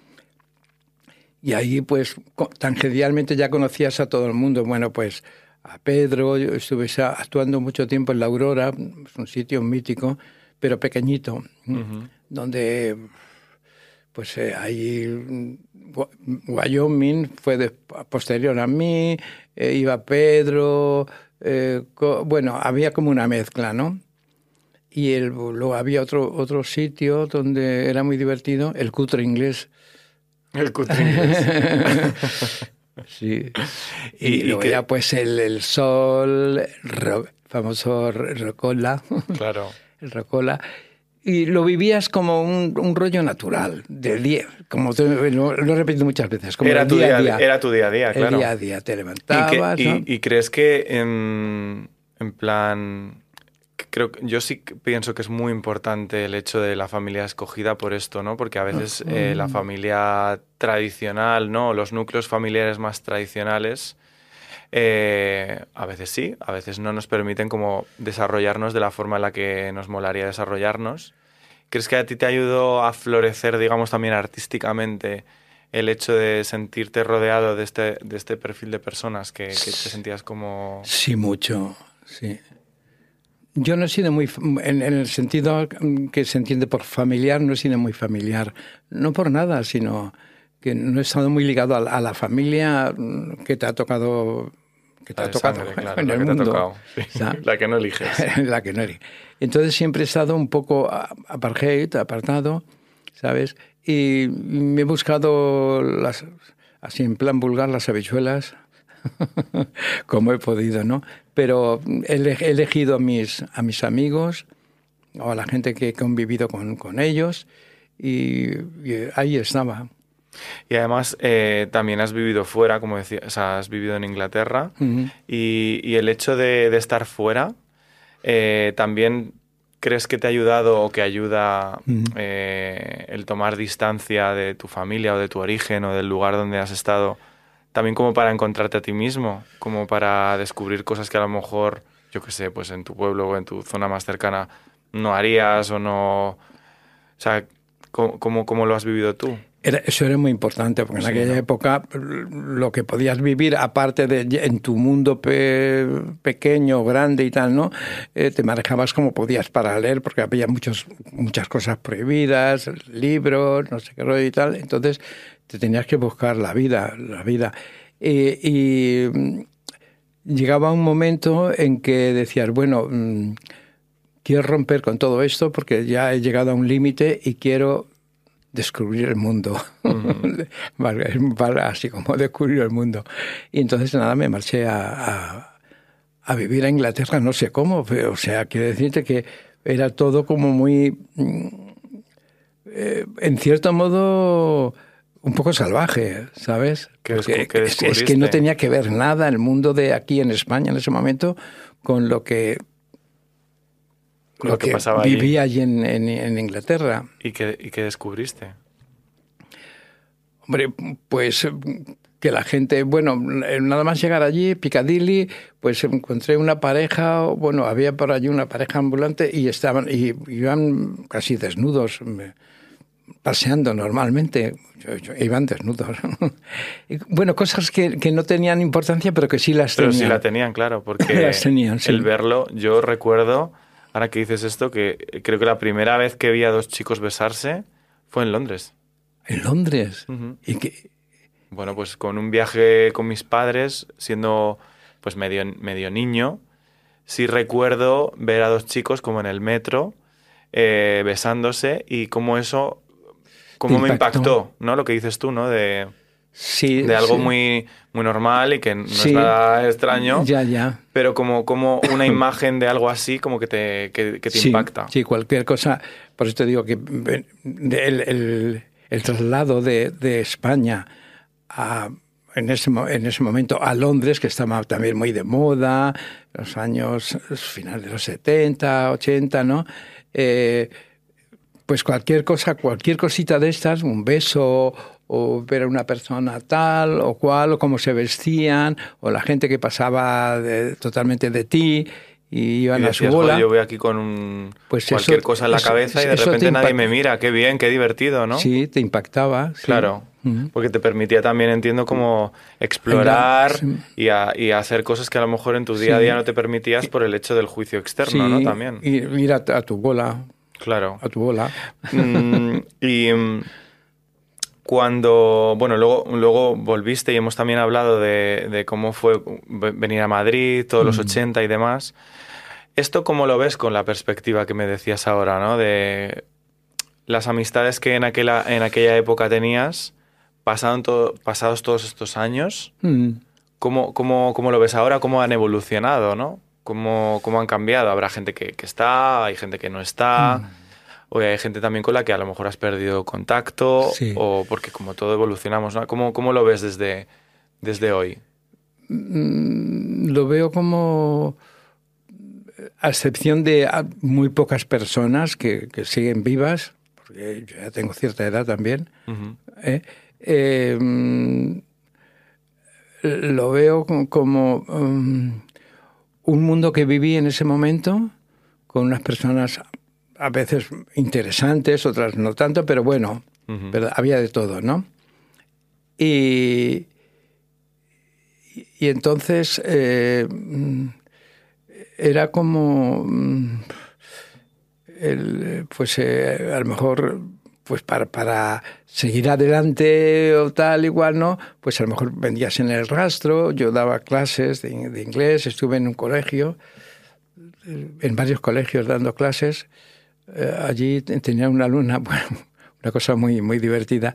Y ahí, pues, tangencialmente ya conocías a todo el mundo. Bueno, pues a Pedro, yo estuve actuando mucho tiempo en La Aurora, es un sitio mítico, pero pequeñito, Uh-huh. donde, pues, ahí Wyoming fue posterior a mí, iba Pedro, bueno, había como una mezcla, ¿no? Y luego había otro sitio donde era muy divertido, el Cutre Inglés. El Cutre Inglés. Sí. Y luego ya pues el Sol, famoso Rocola. Claro. El Rocola. Y lo vivías como un rollo natural, del día, como lo he repetido muchas veces. Como Era tu día a día. Era tu día a día, claro. El día a día, te levantabas, ¿no? ¿Y crees que en plan... yo sí pienso que es muy importante el hecho de la familia escogida por esto, ¿no? Porque a veces la familia tradicional, ¿no? Los núcleos familiares más tradicionales, a veces sí, a veces no nos permiten como desarrollarnos de la forma en la que nos molaría desarrollarnos. ¿Crees que a ti te ayudó a florecer, digamos, también artísticamente el hecho de sentirte rodeado de este perfil de personas que te sentías como... Sí, mucho, sí. Yo no he sido muy, en el sentido que se entiende por familiar, no he sido muy familiar. No por nada, sino que no he estado muy ligado a la familia que te ha tocado, Sangre, claro, en la el que mundo. te ha tocado. Sí. La que no eliges. La que no eliges. Entonces siempre he estado un poco apartado, ¿sabes? Y me he buscado, así en plan vulgar, las habichuelas, como he podido, ¿no? Pero he elegido a mis amigos o a la gente que he convivido con ellos y ahí estaba. Y además también has vivido fuera, como decía, o sea, has vivido en Inglaterra. Uh-huh. Y el hecho de estar fuera también crees que te ha ayudado o que ayuda el tomar distancia de tu familia o de tu origen o del lugar donde has estado, también como para encontrarte a ti mismo, como para descubrir cosas que a lo mejor, yo qué sé, pues en tu pueblo o en tu zona más cercana no harías o no... O sea, ¿cómo lo has vivido tú? Eso era muy importante, porque en aquella época lo que podías vivir, aparte de en tu mundo pequeño, grande y tal, ¿no? Te manejabas como podías para leer, porque había muchas cosas prohibidas, libros, no sé qué rollo y tal. Entonces te tenías que buscar la vida. Y llegaba un momento en que decías, bueno, quiero romper con todo esto porque ya he llegado a un límite y quiero descubrir el mundo. Así como descubrir el mundo. Y entonces nada, me marché a vivir a Inglaterra, no sé cómo, pero, o sea, quiero decirte que era todo como muy, en cierto modo, un poco salvaje, ¿sabes? Es que no tenía que ver nada el mundo de aquí en España en ese momento con lo que pasaba vivía allí en Inglaterra. ¿Y qué descubriste? Hombre, pues que la gente, bueno, nada más llegar allí, Piccadilly, pues encontré una pareja, bueno, había por allí una pareja ambulante y iban casi desnudos, paseando normalmente, iban desnudos. Y, bueno, cosas que no tenían importancia, pero que sí las tenían. Pero sí la tenían, claro, porque las tenían, sí. El verlo, yo recuerdo, ahora que dices esto, que creo que la primera vez que vi a dos chicos besarse fue en Londres. ¿En Londres? Uh-huh. ¿Y qué? Bueno, pues con un viaje con mis padres, siendo pues medio niño, sí recuerdo ver a dos chicos como en el metro besándose y cómo eso, cómo me impactó, ¿no? Lo que dices tú, ¿no? De algo muy, muy normal y que no es nada extraño, ya. pero como una imagen de algo así como que te impacta. Sí, cualquier cosa. Por eso te digo que el traslado de España en ese momento a Londres, que estaba también muy de moda, los años finales de los 70, 80, ¿no? Pues cualquier cosita de estas, un beso o ver a una persona tal o cual, o cómo se vestían, o la gente que pasaba totalmente de ti y iban y decías, a su bola. Yo voy aquí con cualquier cosa en la cabeza y de repente nadie me mira, qué bien, qué divertido, ¿no? Sí, te impactaba. Sí. Claro, porque te permitía también, entiendo, como explorar y hacer cosas que a lo mejor en tu día a día no te permitías por el hecho del juicio externo, ¿no? También. Y ir a tu bola. Claro. A tu bola. Cuando, bueno, luego volviste y hemos también hablado de cómo fue venir a Madrid, todos los 80 y demás. ¿Esto cómo lo ves con la perspectiva que me decías ahora, ¿no? De las amistades que en aquella época tenías, pasados todos estos años, ¿cómo lo ves ahora? ¿Cómo han evolucionado, no? ¿Cómo han cambiado? Habrá gente que está, hay gente que no está... O hay gente también con la que a lo mejor has perdido contacto, o porque como todo evolucionamos, ¿no? ¿Cómo lo ves desde hoy? Lo veo como, a excepción de muy pocas personas que siguen vivas, porque yo ya tengo cierta edad también, lo veo como un mundo que viví en ese momento con unas personas a veces interesantes, otras no tanto, pero bueno, había de todo, ¿no? Y entonces era como, a lo mejor, pues para seguir adelante o tal, igual, ¿no? Pues a lo mejor vendías en el rastro. Yo daba clases de inglés, estuve en un colegio, en varios colegios dando clases. Allí tenía una alumna, bueno, una cosa muy, muy divertida.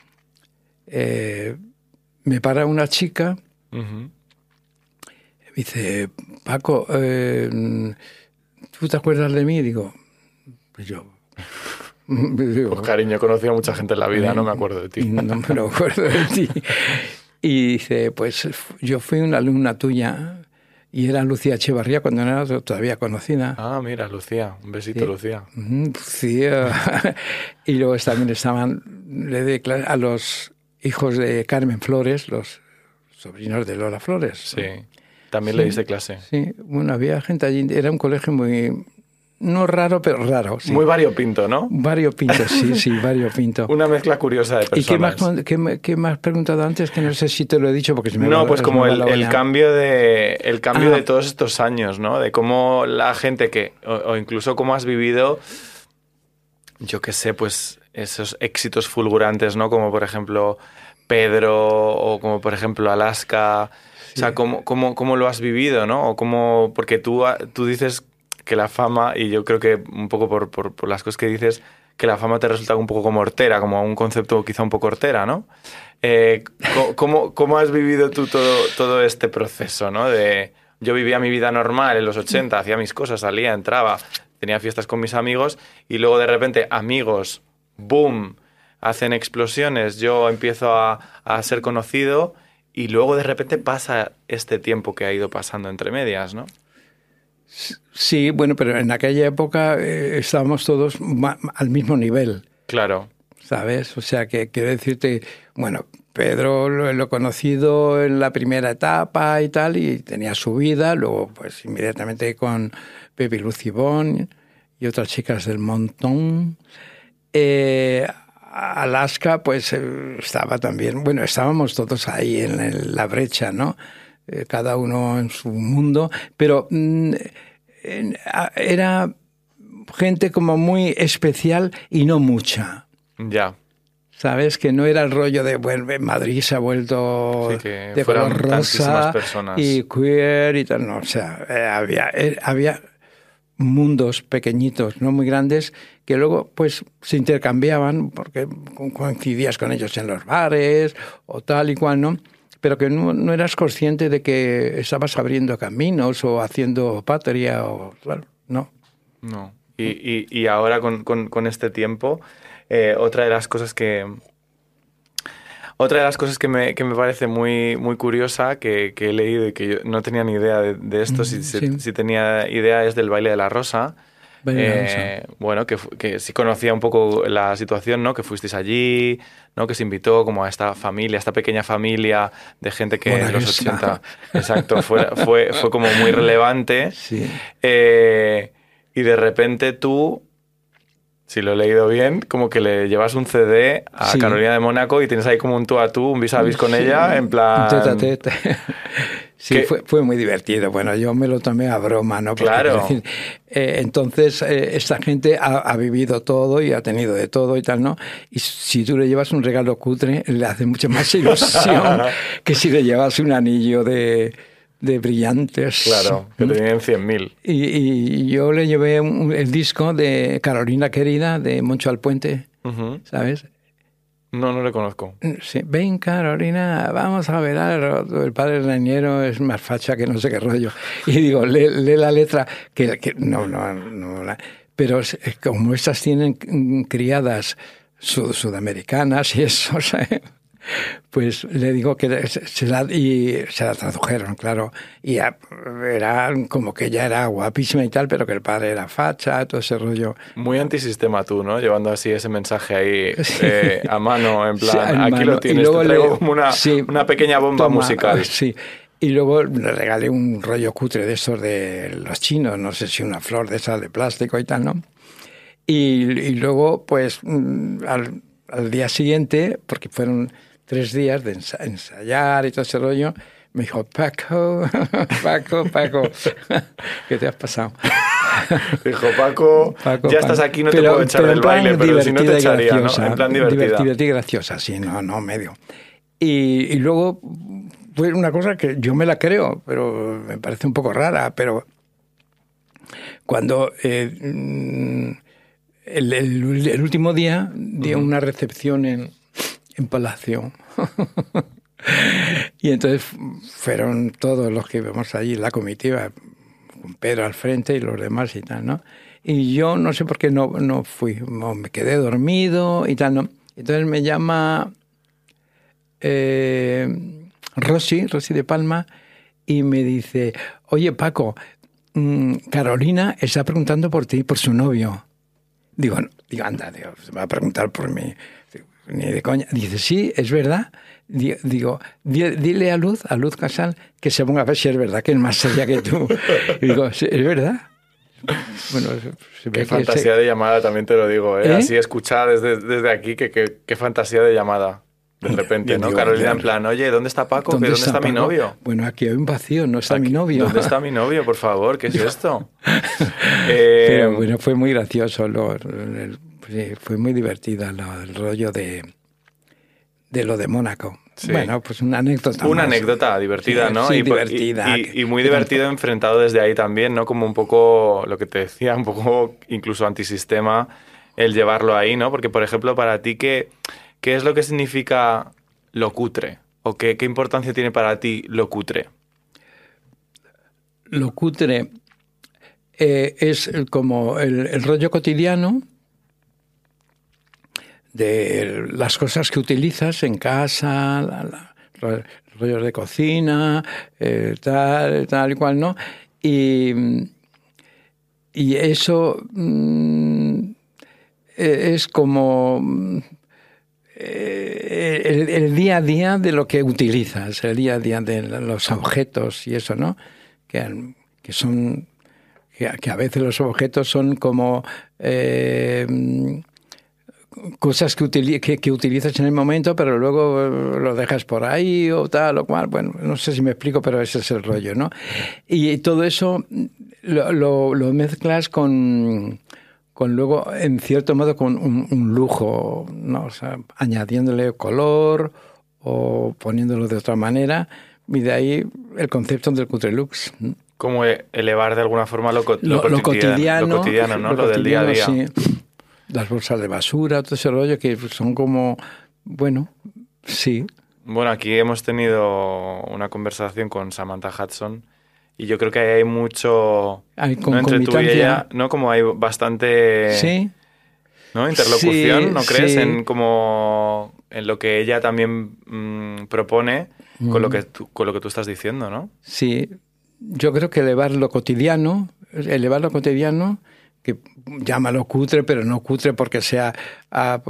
Me para una chica, me dice, Paco, ¿tú te acuerdas de mí? Digo, pues yo... Pues cariño, he conocido a mucha gente en la vida, no me acuerdo de ti. No me acuerdo de ti. Y dice, pues yo fui una alumna tuya y era Lucía Echevarría cuando no era todavía conocida. Ah, mira, Lucía, un besito, Lucía. Lucía. Y luego también le di clase a los hijos de Carmen Flores, los sobrinos de Lola Flores. Sí, también le diste clase. Sí, bueno, había gente allí, era un colegio muy... No raro, pero raro. Sí. Muy variopinto, ¿no? Variopinto, sí, variopinto. Una mezcla curiosa de personas. ¿Y qué me has preguntado antes? Que no sé si te lo he dicho porque... No, pues como el cambio de todos estos años, ¿no? De cómo la gente o incluso cómo has vivido, yo qué sé, pues esos éxitos fulgurantes, ¿no? Como por ejemplo Pedro o como por ejemplo Alaska. Sí. O sea, cómo lo has vivido, ¿no? O cómo... Porque tú dices... que la fama, y yo creo que un poco por las cosas que dices, que la fama te resulta un poco como hortera, como un concepto quizá un poco hortera, ¿no? ¿Cómo has vivido tú todo este proceso, ¿no? Yo vivía mi vida normal en los 80, hacía mis cosas, salía, entraba, tenía fiestas con mis amigos, y luego de repente amigos, boom, hacen explosiones, yo empiezo a ser conocido, y luego de repente pasa este tiempo que ha ido pasando entre medias, ¿no? Sí, bueno, pero en aquella época estábamos todos al mismo nivel. Claro. ¿Sabes? O sea, que quiero decirte, bueno, Pedro lo he conocido en la primera etapa y tal, y tenía su vida, luego pues inmediatamente con Pepi Lucibón y otras chicas del montón. Alaska, pues estaba también, bueno, estábamos todos ahí en la brecha, ¿no? Cada uno en su mundo, pero era gente como muy especial y no mucha. Ya. ¿Sabes? Que no era el rollo de, bueno, en Madrid se ha vuelto sí, que de color rosa personas. Y queer y tal. No, o sea, había mundos pequeñitos, no muy grandes, que luego pues se intercambiaban porque coincidías con ellos en los bares o tal y cual, ¿no? Pero que no eras consciente de que estabas abriendo caminos o haciendo patria o claro, no. No. Y ahora con este tiempo, otra de las cosas que me parece muy, muy curiosa, que he leído y que yo no tenía ni idea de esto, si tenía idea, es del baile de la rosa. Bueno, que sí conocía un poco la situación, ¿no? Que fuisteis allí, ¿no? Que se invitó como a esta familia, esta pequeña familia de gente que en los 80, exacto, fue como muy relevante. Sí. Y de repente tú, si lo he leído bien, como que le llevas un CD a Carolina de Mónaco y tienes ahí como un tú a tú, un vis a vis con ella, en plan... Tete a tete. Sí, fue muy divertido. Bueno, yo me lo tomé a broma, ¿no? Porque, claro. Decir, entonces, esta gente ha vivido todo y ha tenido de todo y tal, ¿no? Y si tú le llevas un regalo cutre, le hace mucha más ilusión que si le llevas un anillo de brillantes. Claro, que te vienen 100.000. Y yo le llevé el disco de Carolina Querida, de Moncho Alpuente, ¿sabes? No le conozco. Sí. Ven, Carolina, vamos a ver algo. El padre Reñero es más facha que no sé qué rollo. Y digo, lee la letra, que no. Pero como estas tienen criadas sudamericanas y eso, ¿sabes? Pues le digo que se la tradujeron, claro, y era como que ella era guapísima y tal, pero que el padre era facha, todo ese rollo. Muy antisistema tú, ¿no? Llevando así ese mensaje ahí a mano, en plan, sí, aquí lo tienes, te traigo como una pequeña bomba musical. Sí. Y luego le regalé un rollo cutre de estos de los chinos, no sé si una flor de esas de plástico y tal, ¿no? Y luego, pues, al día siguiente, porque fueron 3 días de ensayar y todo ese rollo, me dijo, Paco, Paco, ¿qué te has pasado? Dijo, Paco, ya estás aquí, no te puedo echar del baile, pero si no te echaría, ¿no? En plan divertida. Divertida y graciosa, sí, no, medio. Y luego fue una cosa que yo me la creo, pero me parece un poco rara, pero cuando el último día di una recepción en Palacio. Y entonces fueron todos los que íbamos allí, la comitiva, con Pedro al frente y los demás y tal, ¿no? Y yo no sé por qué no fui, me quedé dormido y tal, ¿no? Entonces me llama Rosy de Palma, y me dice, oye, Paco, Carolina está preguntando por ti, por su novio. Digo, anda, Dios, se va a preguntar por mí. Ni de coña. Dice, sí, es verdad. Digo, dile a Luz Casal, que se ponga a ver si es verdad, que es más seria que tú. Y digo, ¿es verdad? Bueno, qué fantasía de llamada, también te lo digo, ¿eh? Así escuchada desde aquí, qué fantasía de llamada. De repente, ¿no? Digo, Carolina, en plan, oye, ¿dónde está Paco? ¿Dónde está mi novio? Bueno, aquí hay un vacío, no está mi novio. ¿Dónde está mi novio, por favor? ¿Qué es esto? Pero bueno, fue muy gracioso, fue muy divertida el rollo de lo de Mónaco. Sí. Bueno, pues una anécdota. Una anécdota divertida, sí, ¿no? Sí, divertida. Y muy divertido enfrentado desde ahí también, ¿no? Como un poco, lo que te decía, un poco incluso antisistema el llevarlo ahí, ¿no? Porque, por ejemplo, para ti, ¿qué es lo que significa lo cutre? ¿O qué importancia tiene para ti lo cutre? Lo cutre es como el rollo cotidiano de las cosas que utilizas en casa, rollos de cocina, tal y cual, ¿no? Y eso es como el día a día de lo que utilizas, el día a día de los objetos y eso, ¿no? Que a veces los objetos son como cosas que utilizas en el momento, pero luego lo dejas por ahí o tal o cual. Bueno, no sé si me explico, pero ese es el rollo, ¿no? Y todo eso lo mezclas con luego, en cierto modo, con un lujo, ¿no? O sea, añadiéndole color o poniéndolo de otra manera, y de ahí el concepto del cutrelux. Como elevar de alguna forma lo cotidiano, ¿no? Lo del día a día. Sí. Las bolsas de basura, todo ese rollo que son como, bueno, sí. Bueno, aquí hemos tenido una conversación con Samantha Hudson y yo creo que ahí hay mucho, ¿no? Entre tú y ella, ¿no? Como hay bastante, sí, ¿no? Interlocución, sí, ¿no crees? Sí. En lo que ella también propone con lo que tú estás diciendo, ¿no? Sí, yo creo que elevar lo cotidiano, que llámalo cutre, pero no cutre porque sea a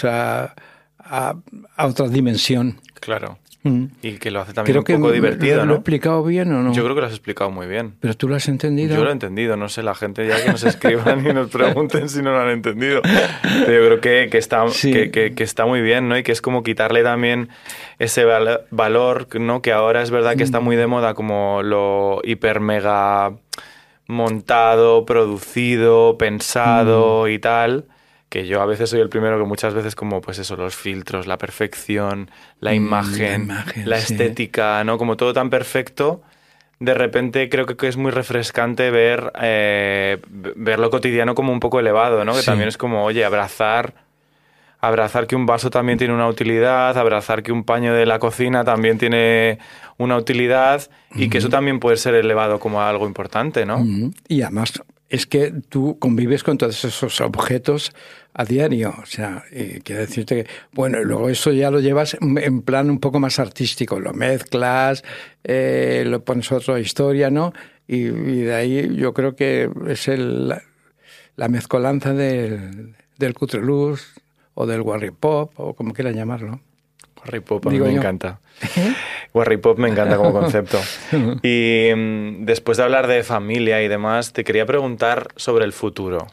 otra dimensión. Claro. Y que lo hace también creo un poco divertido, ¿no? ¿Lo he explicado bien o no? Yo creo que lo has explicado muy bien. ¿Pero tú lo has entendido? Yo lo he entendido, no sé, la gente ya que nos escriban y nos pregunten si no lo han entendido. Pero yo creo que está muy bien, ¿no? Y que es como quitarle también ese valor, ¿no? Que ahora es verdad que está muy de moda, como lo hiper mega montado, producido, pensado y tal, que yo a veces soy el primero que muchas veces como pues eso, los filtros, la perfección, la imagen, la estética, ¿no? Como todo tan perfecto, de repente creo que es muy refrescante ver lo cotidiano como un poco elevado, ¿no? Que también es como, oye, abrazar que un vaso también tiene una utilidad, abrazar que un paño de la cocina también tiene una utilidad y que eso también puede ser elevado como algo importante, ¿no? Y además es que tú convives con todos esos objetos a diario, o sea, quiero decirte que, bueno, luego eso ya lo llevas en plan un poco más artístico, lo mezclas, lo pones otra historia, ¿no? Y de ahí yo creo que es la mezcolanza del cutrelux o del Warri Pop, o como quieran llamarlo. Warri Pop a mí me encanta. Warri Pop me encanta como concepto. Y después de hablar de familia y demás, te quería preguntar sobre el futuro.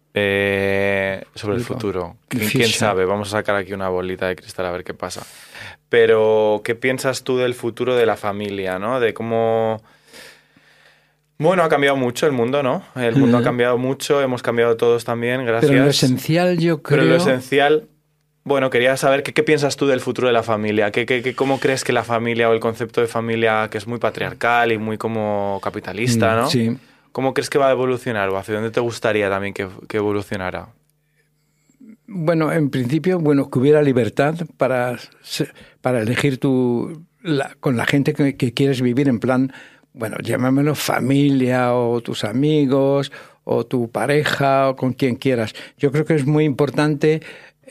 Sobre el futuro. ¿Quién Future. sabe? Vamos a sacar aquí una bolita de cristal a ver qué pasa. Pero, ¿qué piensas tú del futuro de la familia, ¿no? De cómo... Bueno, ha cambiado mucho el mundo, ¿no? El mundo ha cambiado mucho, hemos cambiado todos también, gracias. Pero lo esencial yo creo... Pero lo esencial... Bueno, quería saber qué piensas tú del futuro de la familia. ¿Cómo crees que la familia o el concepto de familia, que es muy patriarcal y muy como capitalista, ¿no? Sí. ¿Cómo crees que va a evolucionar o hacia dónde te gustaría también que evolucionara? Bueno, en principio, bueno, que hubiera libertad para elegir con la gente que quieres vivir en plan, bueno, llámamelo familia o tus amigos o tu pareja o con quien quieras. Yo creo que es muy importante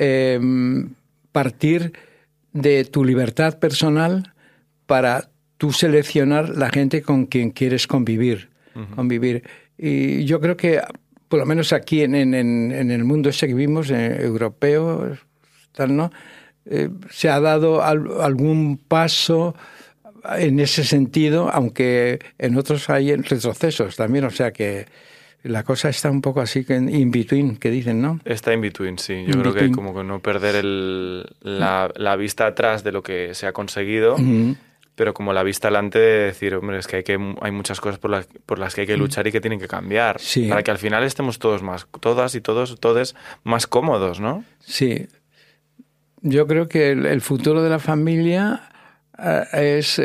partir de tu libertad personal para tú seleccionar la gente con quien quieres convivir. Y yo creo que, por lo menos aquí en el mundo ese que vivimos, europeo, tal, ¿no? Se ha dado algún paso en ese sentido, aunque en otros hay retrocesos también, o sea que la cosa está un poco así, que in between, que dicen, ¿no? Está in between, sí. Yo creo que hay como que no perder la vista atrás de lo que se ha conseguido, pero como la vista delante de decir, hombre, es que hay muchas cosas por las que hay que luchar y que tienen que cambiar, para que al final estemos todos todos más cómodos, ¿no? Sí. Yo creo que el futuro de la familia es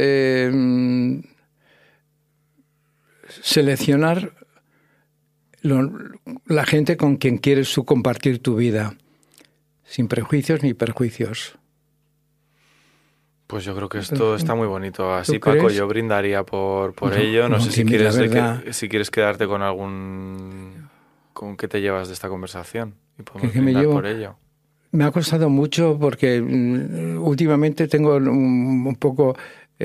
seleccionar la gente con quien quieres tú compartir tu vida, sin prejuicios ni perjuicios. Pues yo creo que esto está muy bonito. Así, Paco, yo brindaría por ello. No sé si quieres quedarte con qué te llevas de esta conversación y podemos brindar por ello. Me ha costado mucho porque últimamente tengo un poco...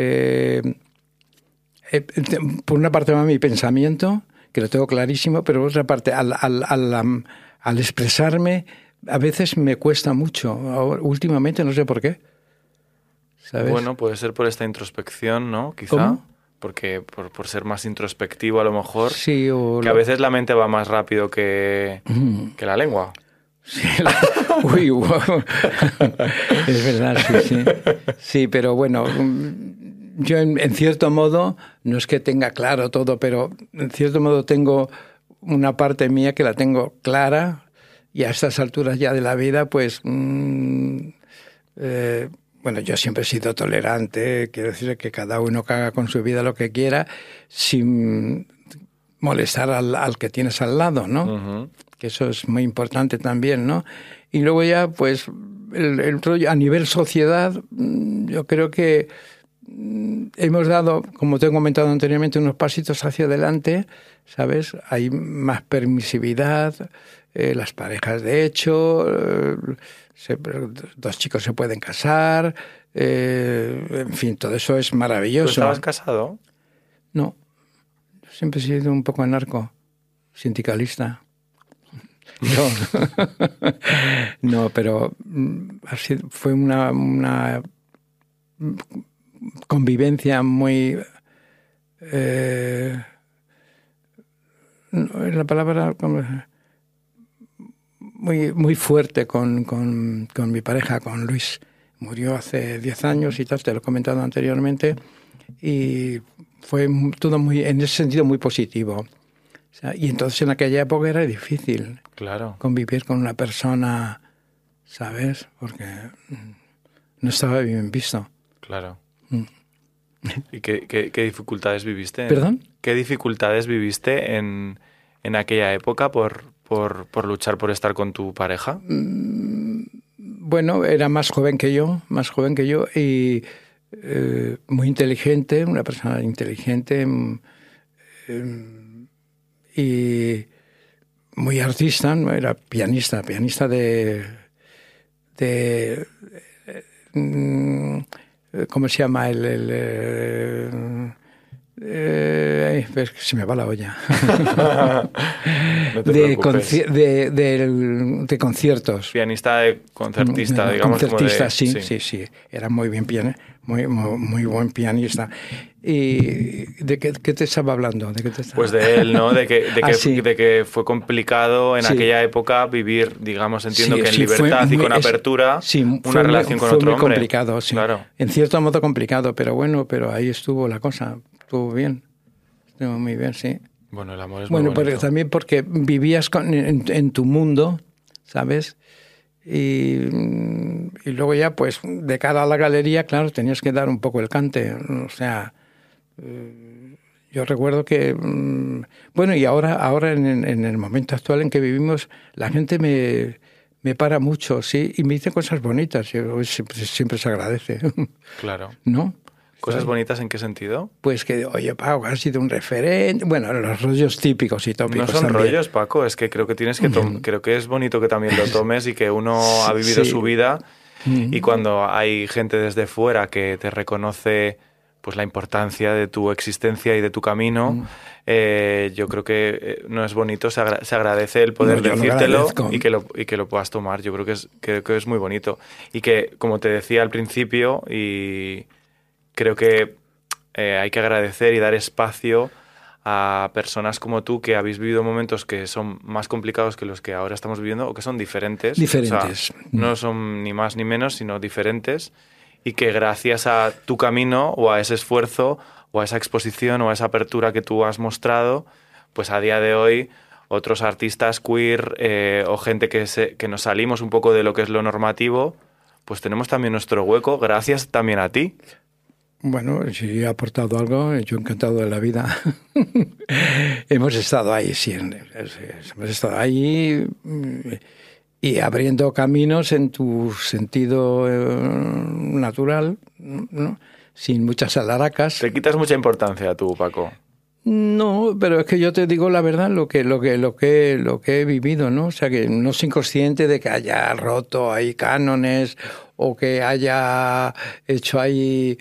por una parte va mi pensamiento, que lo tengo clarísimo, pero por otra parte, al expresarme, a veces me cuesta mucho. Últimamente no sé por qué. ¿Sabes? Bueno, puede ser por esta introspección, ¿no? Quizá. ¿Cómo? Porque por ser más introspectivo a lo mejor. Sí, que a veces la mente va más rápido que la lengua. Sí, uy, wow. Es verdad, sí. Sí, pero bueno, yo en cierto modo, no es que tenga claro todo, pero en cierto modo tengo una parte mía que la tengo clara y a estas alturas ya de la vida, pues, bueno, yo siempre he sido tolerante, quiero decir que cada uno que haga con su vida lo que quiera sin molestar al que tienes al lado, ¿no? Uh-huh. Que eso es muy importante también, ¿no? Y luego ya, pues, el rollo a nivel sociedad, yo creo que hemos dado, como te he comentado anteriormente, unos pasitos hacia adelante, ¿sabes? Hay más permisividad, las parejas de hecho, dos chicos se pueden casar, en fin, todo eso es maravilloso. ¿Tú estabas casado? No, siempre he sido un poco anarco, sindicalista. No, pero fue una convivencia muy... la palabra... muy fuerte con mi pareja, con Luis. Murió hace 10 años y tal, te lo he comentado anteriormente, y fue todo muy, en ese sentido, muy positivo. O sea, y entonces en aquella época era difícil convivir con una persona, ¿sabes? Porque no estaba bien visto. Claro. ¿Y qué dificultades viviste? ¿Perdón? ¿Qué dificultades viviste en aquella época por luchar por estar con tu pareja? Bueno, era más joven que yo y muy inteligente, una persona inteligente y muy artista, ¿no? Era pianista de ¿cómo se llama? Pues que se me va la olla. No te preocupes. De conciertos. Pianista, concertista, digamos. Concertista, como de, sí. Era muy bien muy buen pianista. ¿Y de qué te estaba hablando? Pues de él, ¿no? De que fue complicado en Sí. aquella época vivir, digamos, entiendo Sí, que en sí, libertad y con apertura, una relación con otro Fue muy hombre. complicado, sí. Claro. En cierto modo complicado, pero bueno, pero ahí estuvo la cosa. Estuvo bien. Estuvo muy bien, sí. Bueno, el amor es muy Bueno, bonito. pero también porque vivías en tu mundo, ¿sabes? Y luego ya, pues, de cara a la galería, claro, tenías que dar un poco el cante. O sea, yo recuerdo que, bueno, y ahora en el momento actual en que vivimos, la gente me para mucho, sí, y me dice cosas bonitas. Siempre se agradece, Claro. ¿no? ¿Cosas bonitas en qué sentido? Pues que, oye, Pau, has sido un referente. Bueno, los rollos típicos y tópicos. No son también. rollos, Paco, es que creo que tienes que creo que es bonito que también lo tomes y que uno ha vivido Sí. su vida y cuando hay gente desde fuera que te reconoce pues la importancia de tu existencia y de tu camino, yo creo que no es bonito, se agradece el poder yo lo decírtelo agradezco. y que lo puedas tomar. Yo creo que es muy bonito. Y que, como te decía al principio, y creo que hay que agradecer y dar espacio a personas como tú que habéis vivido momentos que son más complicados que los que ahora estamos viviendo o que son diferentes. Diferentes. O sea, no son ni más ni menos, sino diferentes. Y que gracias a tu camino o a ese esfuerzo o a esa exposición o a esa apertura que tú has mostrado, pues a día de hoy otros artistas queer o gente que nos salimos un poco de lo que es lo normativo, pues tenemos también nuestro hueco gracias también a ti. Bueno, si he aportado algo, yo encantado de la vida. Hemos estado ahí, sí. Hemos estado ahí y abriendo caminos en tu sentido natural, ¿no? Sin muchas alaracas. Te quitas mucha importancia tú, Paco. No, pero es que yo te digo la verdad, lo que he vivido, ¿no? O sea, que no soy consciente de que haya roto ahí cánones o que haya hecho ahí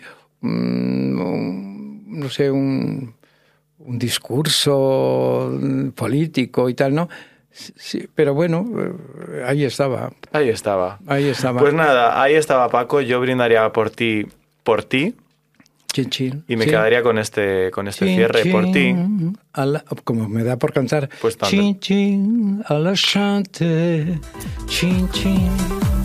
no sé, un discurso político y tal, ¿no? Sí, pero bueno, ahí estaba. Ahí estaba. Ahí estaba. Pues nada, ahí estaba Paco. Yo brindaría por ti, Chin, chin. y me Sí. quedaría con este Chin, cierre chin, por ti. como me da por cantar. Pues tanto. Chin, chin, a la chante. Chin, chin.